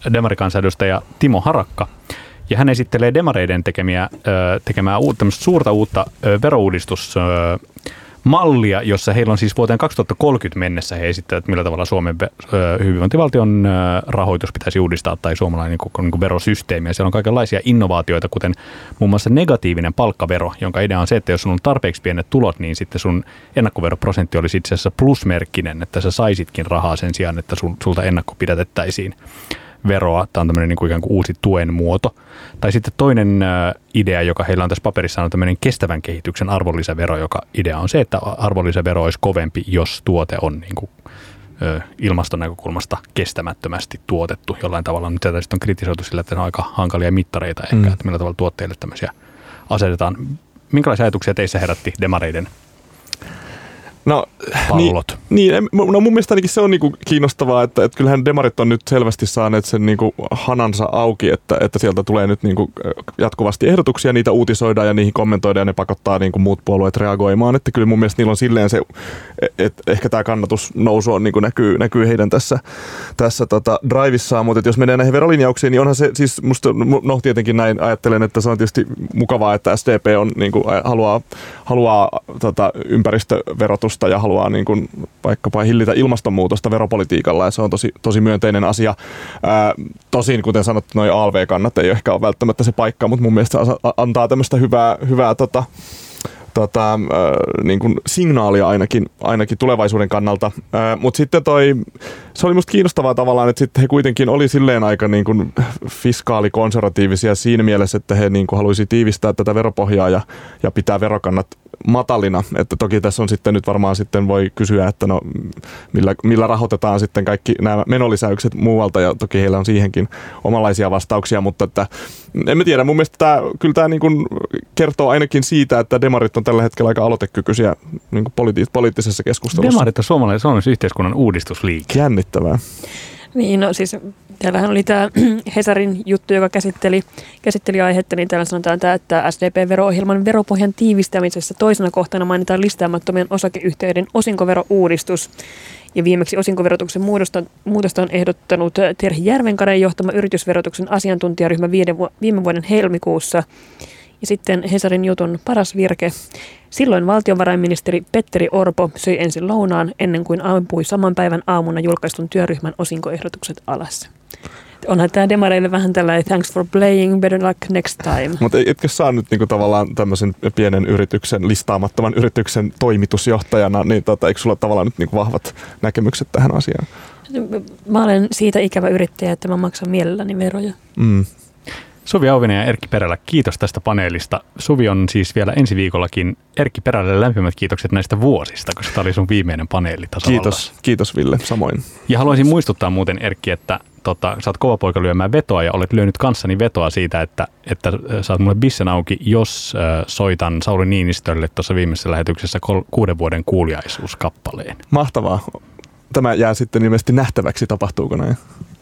demarikansanedustaja Timo Harakka. Ja hän esittelee demareiden tekemää suurta uutta verouudistusmallia, jossa heillä on siis vuoteen 2030 mennessä he esittävät, millä tavalla Suomen hyvinvointivaltion rahoitus pitäisi uudistaa tai suomalainen niin verosysteemi. Ja siellä on kaikenlaisia innovaatioita, kuten muun muassa negatiivinen palkkavero, jonka idea on se, että jos sun on tarpeeksi pienet tulot, niin sitten sun ennakkoveroprosentti olisi itse asiassa plusmerkkinen, että sä saisitkin rahaa sen sijaan, että sulta ennakkopidätettäisiin veroa. Tämä on tämmöinen niin kuin ikään kuin uusi tuen muoto. Tai sitten toinen idea, joka heillä on tässä paperissa, on tämmöinen kestävän kehityksen arvonlisävero, joka idea on se, että arvonlisävero olisi kovempi, jos tuote on niin kuin, ilmaston näkökulmasta kestämättömästi tuotettu jollain tavalla. Nyt tätä sitten on kritisoitu sillä, että ne on aika hankalia mittareita ehkä, että millä tavalla tuotteille tämmöisiä asetetaan. Minkälaisia ajatuksia teissä herätti demareiden pallot? No mun mielestä ainakin se on niinku kiinnostavaa, että kyllähän demarit on nyt selvästi saaneet sen niinku hanansa auki, että sieltä tulee nyt niinku jatkuvasti ehdotuksia, niitä uutisoidaan ja niihin kommentoidaan ja ne pakottaa niinku muut puolueet reagoimaan. Että kyllä mun mielestä niillä on silleen se, että ehkä tämä kannatusnousu on niinku näkyy heidän tässä drivissaan, mutta jos menee näihin verolinjauksiin, niin onhan se siis musta, no tietenkin näin ajattelen, että se on tietysti mukavaa, että SDP on niinku haluaa ympäristöverotusta ja haluaa niin kuin vaikkapa hillitä ilmastonmuutosta veropolitiikalla ja se on tosi myönteinen asia. Tosin, kuten sanottu, noi ALV-kannat ei ehkä ole välttämättä se paikka, mutta mun mielestä se antaa tämmöistä hyvää niin kuin signaalia ainakin tulevaisuuden kannalta. Mutta sitten se oli musta kiinnostavaa tavallaan, että sitten he kuitenkin oli silleen aika niin kuin fiskaalikonservatiivisia siinä mielessä, että he niin kuin haluaisi tiivistää tätä veropohjaa ja pitää verokannat matalina. Että toki tässä on sitten nyt varmaan sitten voi kysyä, että no millä rahoitetaan sitten kaikki nämä menolisäykset muualta ja toki heillä on siihenkin omanlaisia vastauksia, mutta että en mä tiedä, mun mielestä kyllä tämä niin kuin kertoo ainakin siitä, että demarit on tällä hetkellä aika aloitekykyisiä niin kuin poliittisessa keskustelussa. Demarit on suomalaisen yhteiskunnan uudistusliike. Jännittävää. Niin, no siis täällähän oli tämä Hesarin juttu, joka käsitteli aihetta, niin täällä sanotaan, että SDP-vero-ohjelman veropohjan tiivistämisessä toisena kohtana mainitaan listaamattomien osakeyhtiöiden osinkoverouudistus. Ja viimeksi osinkoverotuksen muutosta on ehdottanut Terhi Järvenkaren johtama yritysverotuksen asiantuntijaryhmä viime vuoden helmikuussa. Ja sitten Hesarin jutun paras virke. Silloin valtiovarainministeri Petteri Orpo söi ensin lounaan ennen kuin ampui saman päivän aamuna julkaistun työryhmän osinkoehdotukset alas. Onhan tämä demareille vähän tällainen thanks for playing, better luck next time. Mutta etkö saa nyt niinku tavallaan tämmöisen pienen yrityksen, listaamattoman yrityksen toimitusjohtajana, niin eikö sulla tavallaan nyt niinku vahvat näkemykset tähän asiaan? Mä olen siitä ikävä yrittäjä, että mä maksan mielelläni veroja. Suvi Auvinen ja Erkki Perälä, kiitos tästä paneelista. Suvi on siis vielä ensi viikollakin. Erkki Perälälle lämpimät kiitokset näistä vuosista, koska tämä oli sun viimeinen paneeli tasavallalla. Kiitos Ville, samoin. Ja haluaisin muistuttaa muuten Erkki, että sä oot kova poika lyömään vetoa ja olet lyönyt kanssani vetoa siitä, että saat mulle bissen auki, jos soitan Sauli Niinistölle tuossa viimeisessä lähetyksessä 6 vuoden kuuliaisuuskappaleen. Mahtavaa. Tämä jää sitten ilmeisesti nähtäväksi, tapahtuuko näin?